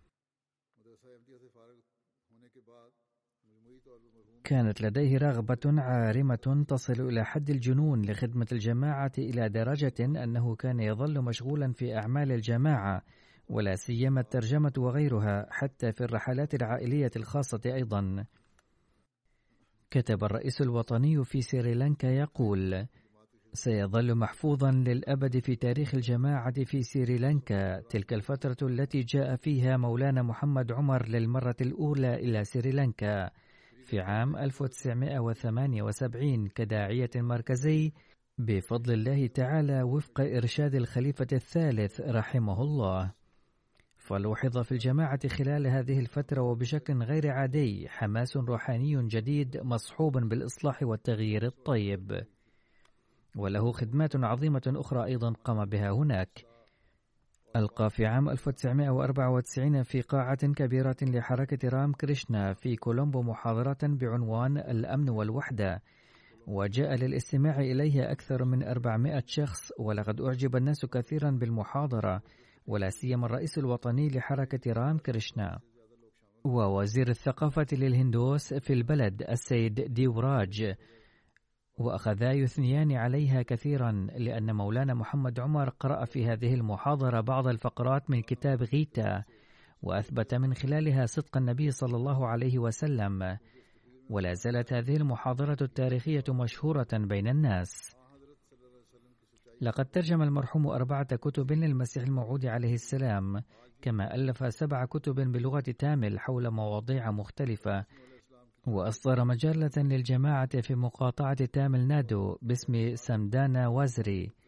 كانت لديه رغبة عارمة تصل إلى حد الجنون لخدمة الجماعة، إلى درجة أنه كان يظل مشغولا في أعمال الجماعة، ولا سيما الترجمة وغيرها، حتى في الرحلات العائلية الخاصة أيضا. كتب الرئيس الوطني في سريلانكا يقول: سيظل محفوظا للأبد في تاريخ الجماعة في سريلانكا تلك الفترة التي جاء فيها مولانا محمد عمر للمرة الأولى إلى سريلانكا في عام ألف وتسعمائة وثمانية وسبعين كداعية مركزي بفضل الله تعالى وفق إرشاد الخليفة الثالث رحمه الله. فلوحظ في الجماعة خلال هذه الفترة وبشكل غير عادي حماس روحاني جديد مصحوب بالإصلاح والتغيير الطيب، وله خدمات عظيمة أخرى أيضا قام بها هناك. ألقى في عام ألف وتسعمائة وأربعة وتسعين في قاعة كبيرة لحركة رام كريشنا في كولومبو محاضرة بعنوان الأمن والوحدة، وجاء للاستماع إليها أكثر من أربعمائة شخص، ولقد أعجب الناس كثيرا بالمحاضرة، ولا سيما الرئيس الوطني لحركة رام كريشنا ووزير الثقافة للهندوس في البلد السيد ديوراج، وأخذا يثنيان عليها كثيرا، لأن مولانا محمد عمر قرأ في هذه المحاضرة بعض الفقرات من كتاب غيتا، وأثبت من خلالها صدق النبي صلى الله عليه وسلم. ولا زالت هذه المحاضرة التاريخية مشهورة بين الناس. لقد ترجم المرحوم أربعة كتب للمسيح الموعود عليه السلام، كما ألف سبع كتب بلغة تامل حول مواضيع مختلفة، وأصدر مجلة للجماعة في مقاطعة تامل نادو باسم سمدانا وازري.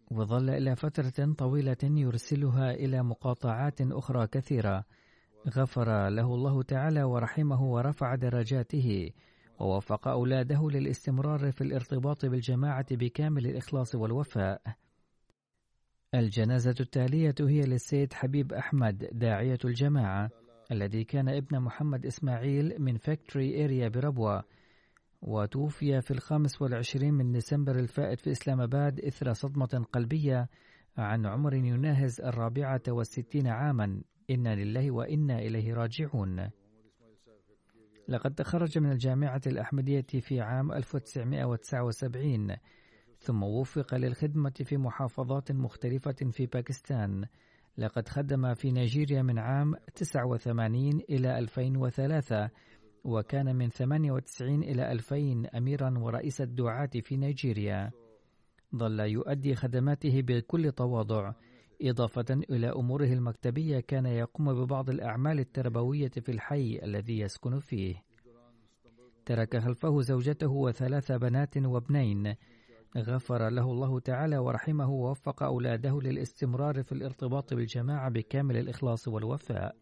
وظل إلى فترة طويلة يرسلها إلى مقاطعات أخرى كثيرة. غفر له الله تعالى ورحمه ورفع درجاته، ووفق أولاده للاستمرار في الارتباط بالجماعة بكامل الإخلاص والوفاء. الجنازة التالية هي للسيد حبيب أحمد داعية الجماعة، الذي كان ابن محمد إسماعيل من فاكتوري إيريا بربوة، وتوفي في الخامس والعشرين من ديسمبر الفائت في إسلام آباد إثر صدمة قلبية عن عمر يناهز الرابعة والستين عاما. إنا لله وإنا إليه راجعون. لقد تخرج من الجامعة الأحمدية في عام ألف وتسعمائة وتسعة وسبعين، ثم وفق للخدمة في محافظات مختلفة في باكستان. لقد خدم في نيجيريا من عام تسعة وثمانين إلى ألفين وثلاثة، وكان من ثمانية وتسعين إلى ألفين أميرا ورئيس الدعاة في نيجيريا. ظل يؤدي خدماته بكل تواضع، إضافة إلى أموره المكتبية كان يقوم ببعض الأعمال التربوية في الحي الذي يسكن فيه. ترك خلفه زوجته وثلاث بنات وابنين. غفر له الله تعالى ورحمه ووفق أولاده للاستمرار في الارتباط بالجماعة بكامل الإخلاص والوفاء.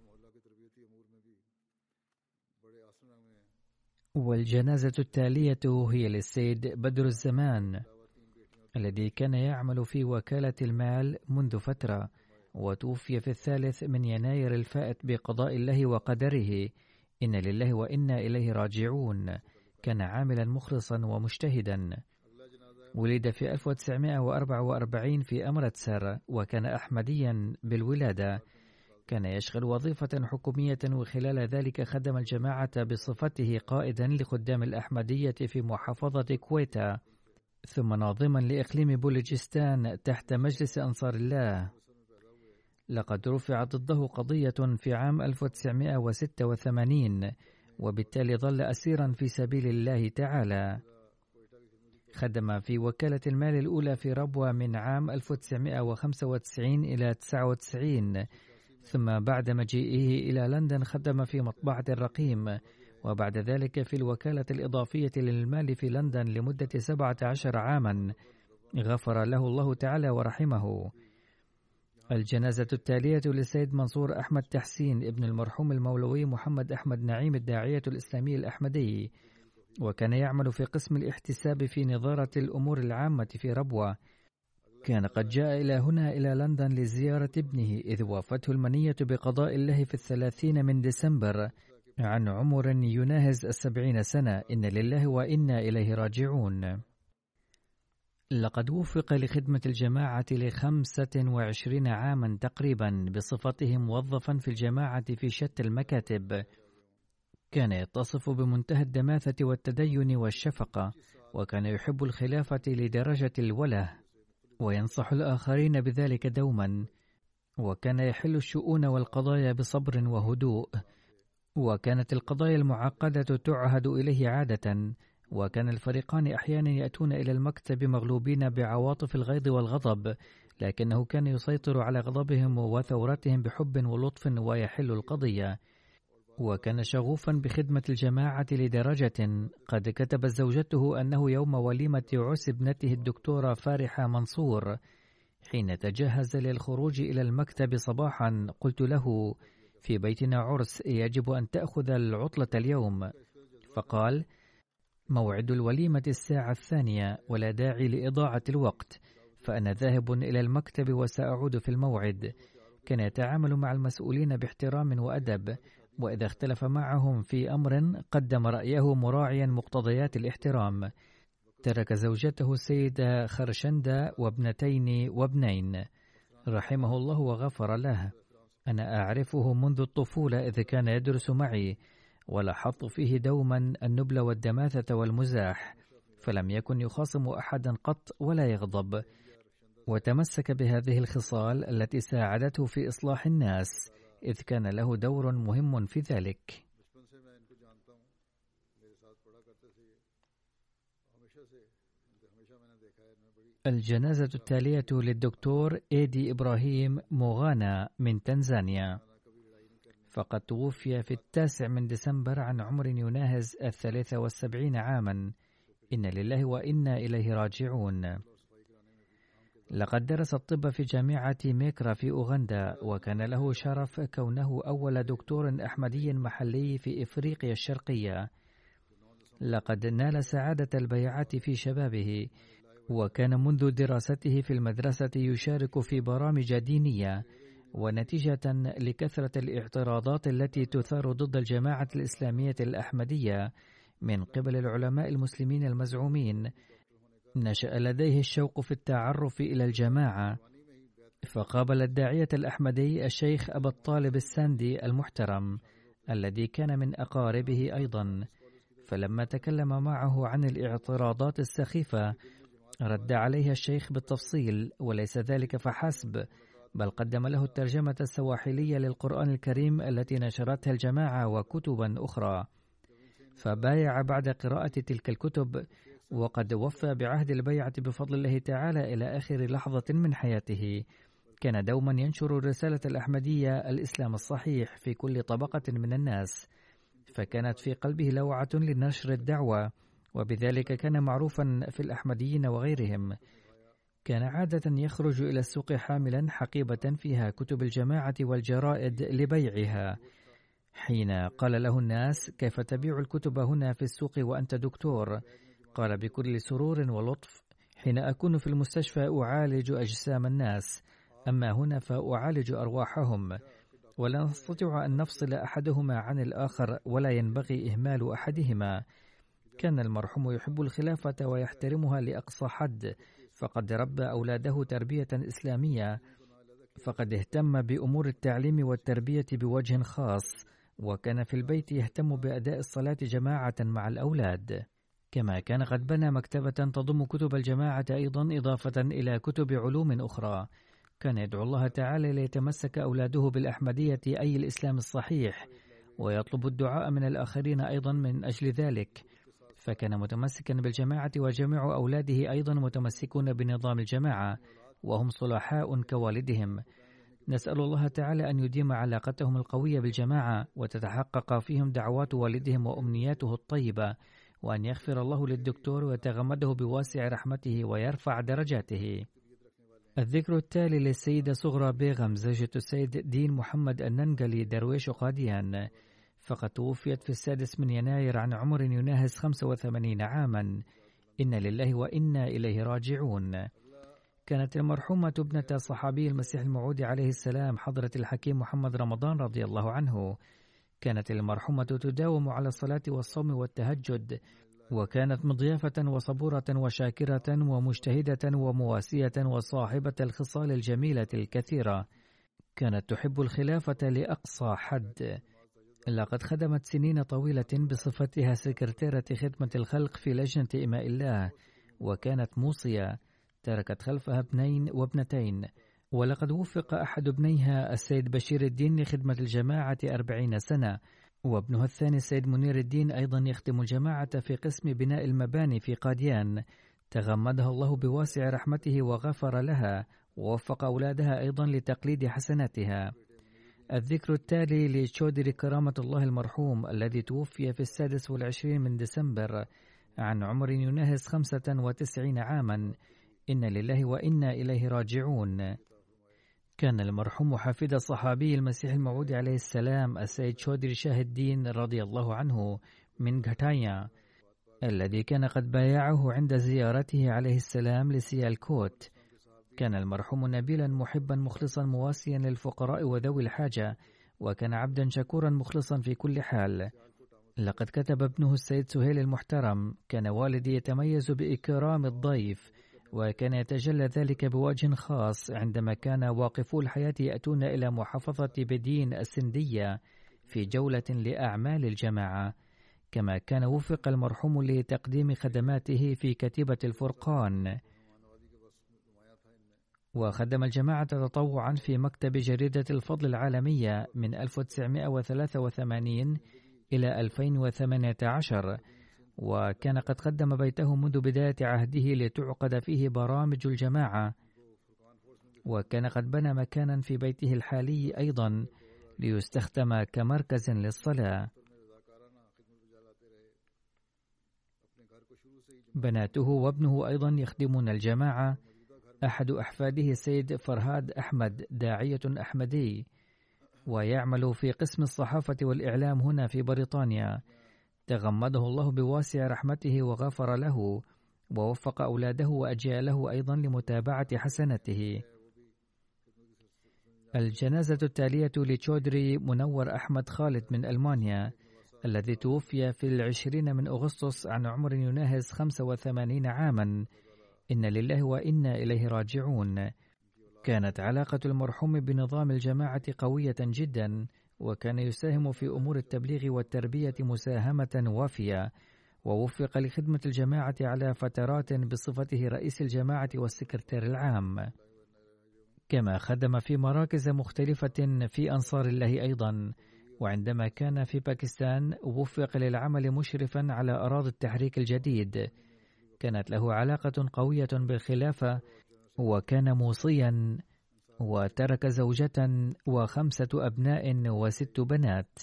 والجنازة التالية هي للسيد بدر الزمان، الذي كان يعمل في وكالة المال منذ فترة، وتوفي في الثالث من يناير الفائت بقضاء الله وقدره. إن لله وإنا إليه راجعون. كان عاملا مخلصا ومجتهدا. ولد في ألف وتسعمائة وأربعة وأربعين في أمرتسر، وكان أحمديا بالولادة. كان يشغل وظيفة حكومية، وخلال ذلك خدم الجماعة بصفته قائدا لخدام الأحمدية في محافظة كويتا، ثم ناظما لإقليم بلوجستان تحت مجلس أنصار الله. لقد رفع ضده قضية في عام ألف وتسعمائة وستة وثمانين، وبالتالي ظل أسيرا في سبيل الله تعالى. خدم في وكالة المال الأولى في ربوة من عام ألف وتسعمائة وخمسة وتسعين إلى تسعة وتسعين، ثم بعد مجيئه إلى لندن خدم في مطبعة الرقيم، وبعد ذلك في الوكالة الإضافية للمال في لندن لمدة سبعة عشر عاما. غفر له الله تعالى ورحمه. الجنازة التالية للسيد منصور أحمد تحسين ابن المرحوم المولوي محمد أحمد نعيم الداعية الإسلامي الأحمدي، وكان يعمل في قسم الاحتساب في نظارة الأمور العامة في ربوة. كان قد جاء إلى هنا إلى لندن لزيارة ابنه، إذ وافته المنية بقضاء الله في الثلاثين من ديسمبر عن عمر يناهز السبعين سنة. إن لله وإنا إليه راجعون. لقد وفق لخدمة الجماعة لخمسة وعشرين عاما تقريبا بصفته موظفا في الجماعة في شتى المكاتب. كان يتصف بمنتهى الدماثة والتدين والشفقة، وكان يحب الخلافة لدرجة الوله، وينصح الآخرين بذلك دوما. وكان يحل الشؤون والقضايا بصبر وهدوء، وكانت القضايا المعقدة تعهد إليه عادة. وكان الفريقان أحيانا يأتون إلى المكتب مغلوبين بعواطف الغيظ والغضب، لكنه كان يسيطر على غضبهم وثورتهم بحب ولطف ويحل القضية. وكان شغوفا بخدمة الجماعة لدرجة قد كتبت زوجته أنه يوم وليمة عرس ابنته الدكتورة فارحة منصور، حين تجهز للخروج إلى المكتب صباحا، قلت له: في بيتنا عرس، يجب أن تأخذ العطلة اليوم. فقال: موعد الوليمة الساعة الثانية، ولا داعي لإضاعة الوقت، فأنا ذاهب إلى المكتب وسأعود في الموعد. كان يتعامل مع المسؤولين باحترام وأدب، وإذا اختلف معهم في أمر قدم رأيه مراعيا مقتضيات الاحترام. ترك زوجته السيدة خرشندة وابنتين وابنين رحمه الله وغفر له. أنا أعرفه منذ الطفولة إذ كان يدرس معي، ولاحظت فيه دوما النبل والدماثة والمزاح، فلم يكن يخاصم أحدا قط ولا يغضب، وتمسك بهذه الخصال التي ساعدته في إصلاح الناس، إذ كان له دور مهم في ذلك. الجنازة التالية للدكتور إيدي إبراهيم موغانا من تنزانيا، فقد توفي في التاسع من ديسمبر عن عمر يناهز الثلاثة والسبعين عاما. إن لله وإنا إليه راجعون. لقد درس الطب في جامعة ميكرا في أوغندا، وكان له شرف كونه أول دكتور أحمدي محلي في إفريقيا الشرقية. لقد نال سعادة البيعة في شبابه، وكان منذ دراسته في المدرسة يشارك في برامج دينية، ونتيجة لكثرة الاعتراضات التي تثار ضد الجماعة الإسلامية الأحمدية من قبل العلماء المسلمين المزعومين، نشأ لديه الشوق في التعرف إلى الجماعة، فقابل الداعية الأحمدي الشيخ أبا الطالب الساندي المحترم الذي كان من أقاربه أيضا. فلما تكلم معه عن الاعتراضات السخيفة رد عليه الشيخ بالتفصيل، وليس ذلك فحسب، بل قدم له الترجمة السواحلية للقرآن الكريم التي نشرتها الجماعة وكتبا أخرى. فبايع بعد قراءة تلك الكتب، وقد وفى بعهد البيعة بفضل الله تعالى إلى آخر لحظة من حياته. كان دوما ينشر الرسالة الأحمدية الإسلام الصحيح في كل طبقة من الناس، فكانت في قلبه لوعة لنشر الدعوة، وبذلك كان معروفا في الأحمديين وغيرهم. كان عادة يخرج إلى السوق حاملا حقيبة فيها كتب الجماعة والجرائد لبيعها. حين قال له الناس: كيف تبيع الكتب هنا في السوق وأنت دكتور؟ قال بكل سرور ولطف: حين أكون في المستشفى أعالج أجسام الناس، أما هنا فأعالج أرواحهم، ولا نستطيع أن نفصل أحدهما عن الآخر، ولا ينبغي إهمال أحدهما. كان المرحوم يحب الخلافة ويحترمها لأقصى حد، فقد ربى أولاده تربية إسلامية، فقد اهتم بأمور التعليم والتربية بوجه خاص، وكان في البيت يهتم بأداء الصلاة جماعة مع الأولاد. كما كان قد بنى مكتبة تضم كتب الجماعة أيضا، إضافة إلى كتب علوم أخرى. كان يدعو الله تعالى ليتمسك أولاده بالأحمدية أي الإسلام الصحيح، ويطلب الدعاء من الآخرين أيضا من أجل ذلك، فكان متمسكا بالجماعة، وجميع أولاده أيضا متمسكون بنظام الجماعة، وهم صلحاء كوالدهم. نسأل الله تعالى أن يديم علاقتهم القوية بالجماعة، وتتحقق فيهم دعوات والدهم وأمنياته الطيبة، وأن يغفر الله للدكتور ويتغمده بواسع رحمته ويرفع درجاته. الذكر التالي للسيدة صغرى بيغم زوجة السيد دين محمد الننقلي درويش قاديان، فقد توفيت في السادس من يناير عن عمر يناهز خمسة وثمانين عاما. إنا لله وإنا إليه راجعون. كانت المرحومة ابنة صحابي المسيح الموعود عليه السلام حضرة الحكيم محمد رمضان رضي الله عنه. كانت المرحومة تداوم على الصلاة والصوم والتهجد، وكانت مضيافة وصبورة وشاكرة ومجتهدة ومواسية وصاحبة الخصال الجميلة الكثيرة. كانت تحب الخلافة لأقصى حد. لقد خدمت سنين طويلة بصفتها سكرتيرة خدمة الخلق في لجنة إماء الله، وكانت موصية. تركت خلفها ابنين وابنتين، ولقد وفق أحد ابنيها السيد بشير الدين لخدمة الجماعة أربعين سنة، وابنها الثاني السيد منير الدين أيضا يخدم الجماعة في قسم بناء المباني في قاديان. تغمدها الله بواسع رحمته وغفر لها، ووفق أولادها أيضا لتقليد حسناتها. الذكر التالي لتشودري كرامة الله المرحوم الذي توفي في السادس والعشرين من ديسمبر عن عمر يناهز خمسة وتسعين عاما. إنا لله وإنا إليه راجعون. كان المرحوم حفيد الصحابي المسيح الموعود عليه السلام السيد تشودري شاه الدين رضي الله عنه من غتايا، الذي كان قد بايعه عند زيارته عليه السلام لسيالكوت. كان المرحوم نبيلا محبا مخلصا مواسيا للفقراء وذوي الحاجة، وكان عبدا شكورا مخلصا في كل حال. لقد كتب ابنه السيد سهيل المحترم: كان والدي يتميز بإكرام الضيف، وكان يتجلى ذلك بوجه خاص عندما كان واقفو الحياة يأتون إلى محافظة بدين السندية في جولة لأعمال الجماعة. كما كان وفق المرحوم لتقديم خدماته في كتيبة الفرقان، وخدم الجماعة تطوعا في مكتب جريدة الفضل العالمية من ألف وتسعمائة وثلاثة وثمانين إلى ألفين وثمانية عشر، وكان قد قدم بيته منذ بداية عهده لتعقد فيه برامج الجماعة، وكان قد بنى مكانا في بيته الحالي أيضا ليستخدم كمركز للصلاة. بناته وابنه أيضا يخدمون الجماعة، أحد أحفاده السيد فرهاد أحمد داعية أحمدي، ويعمل في قسم الصحافة والإعلام هنا في بريطانيا. تغمده الله بواسع رحمته وغفر له، ووفق أولاده وأجياله أيضا لمتابعة حسنته. الجنازة التالية لتشودري منور أحمد خالد من ألمانيا، الذي توفي في العشرين من أغسطس عن عمر يناهز خمسة وثمانين عاما. إن لله وإنا إليه راجعون. كانت علاقة المرحوم بنظام الجماعة قوية جدا، وكان يساهم في أمور التبليغ والتربية مساهمة وافية، ووفق لخدمة الجماعة على فترات بصفته رئيس الجماعة والسكرتير العام. كما خدم في مراكز مختلفة في أنصار الله أيضا. وعندما كان في باكستان وفق للعمل مشرفا على أراضي التحريك الجديد. كانت له علاقة قوية بالخلافة، وكان موصيا، وترك زوجة وخمسة أبناء وست بنات.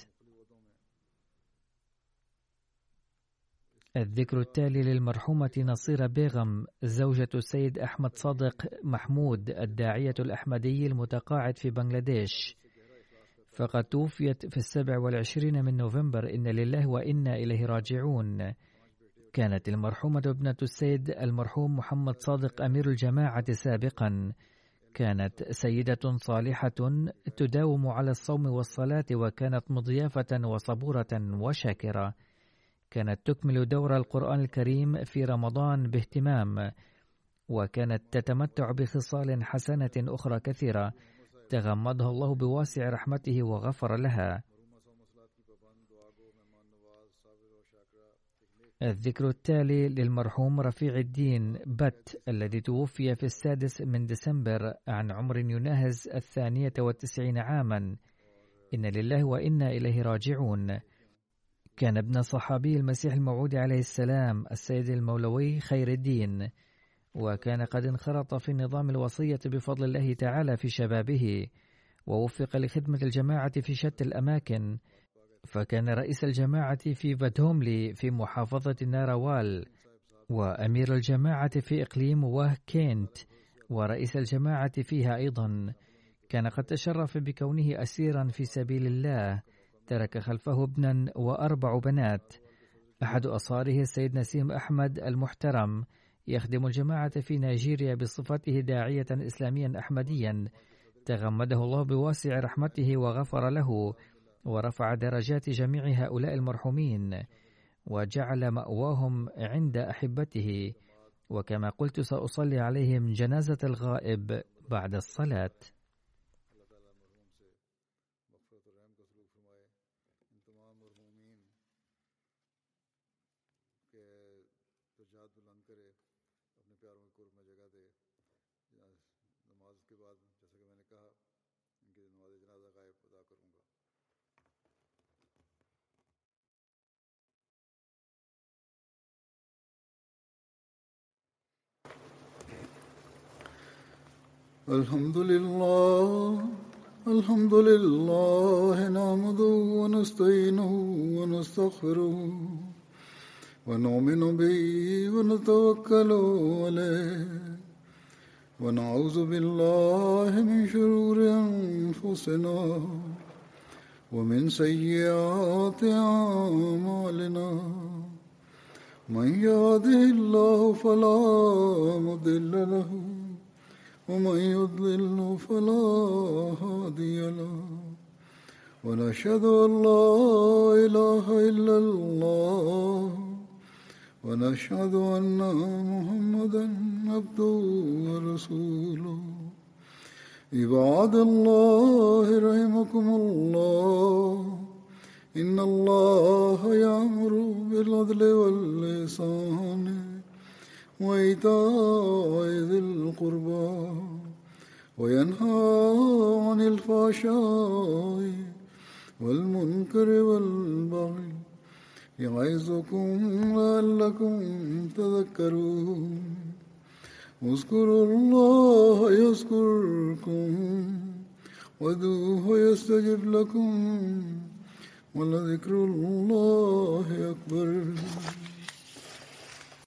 الذكر التالي للمرحومة نصيرة بيغم، زوجة السيد أحمد صادق محمود الداعية الأحمدي المتقاعد في بنغلاديش، فقد توفيت في السابع والعشرين من نوفمبر. إن لله وإنا إليه راجعون. كانت المرحومة ابنة السيد المرحوم محمد صادق أمير الجماعة سابقا. كانت سيدة صالحة تداوم على الصوم والصلاة، وكانت مضيافة وصبورة وشاكرة. كانت تكمل دور القرآن الكريم في رمضان باهتمام، وكانت تتمتع بخصال حسنة أخرى كثيرة. تغمدها الله بواسع رحمته وغفر لها. الذكر التالي للمرحوم رفيع الدين بت، الذي توفي في السادس من ديسمبر عن عمر يناهز الثانية والتسعين عاما. إن لله وإنا إليه راجعون. كان ابن صحابي المسيح الموعود عليه السلام السيد المولوي خير الدين، وكان قد انخرط في نظام الوصية بفضل الله تعالى في شبابه، ووفق لخدمة الجماعة في شتى الأماكن. فكان رئيس الجماعة في فادهوملي في محافظة ناروال، وأمير الجماعة في إقليم واه كينت، ورئيس الجماعة فيها أيضا. كان قد تشرف بكونه أسيرا في سبيل الله. ترك خلفه ابنا وأربع بنات. أحد أصهاره السيد نسيم أحمد المحترم، يخدم الجماعة في نيجيريا بصفته داعية إسلاميا أحمديا. تغمده الله بواسع رحمته وغفر له، ورفع درجات جميع هؤلاء المرحومين، وجعل مأواهم عند أحبته. وكما قلت سأصلي عليهم جنازة الغائب بعد الصلاة. الحمد لله الحمد لله نحمده ونستعينه ونستغفره ونؤمن به ونتوكل عليه ونعوذ بالله من شرور أنفسنا ومن سيئات أعمالنا. من يهده الله فلا مضل له ومن يضلل فلا هادي له. ونشهد أن لا إله إلا الله ونشهد أن محمدا عبده ورسوله. عباد الله رحمكم الله، إن الله يأمر بالعدل والإحسان وإيتاء ذي القربى وينهى عن الفحشاء والمنكر والبغي يعظكم لعلكم تذكرون. اذكروا الله يذكركم وادعوه يستجب لكم ولذكر الله أكبر.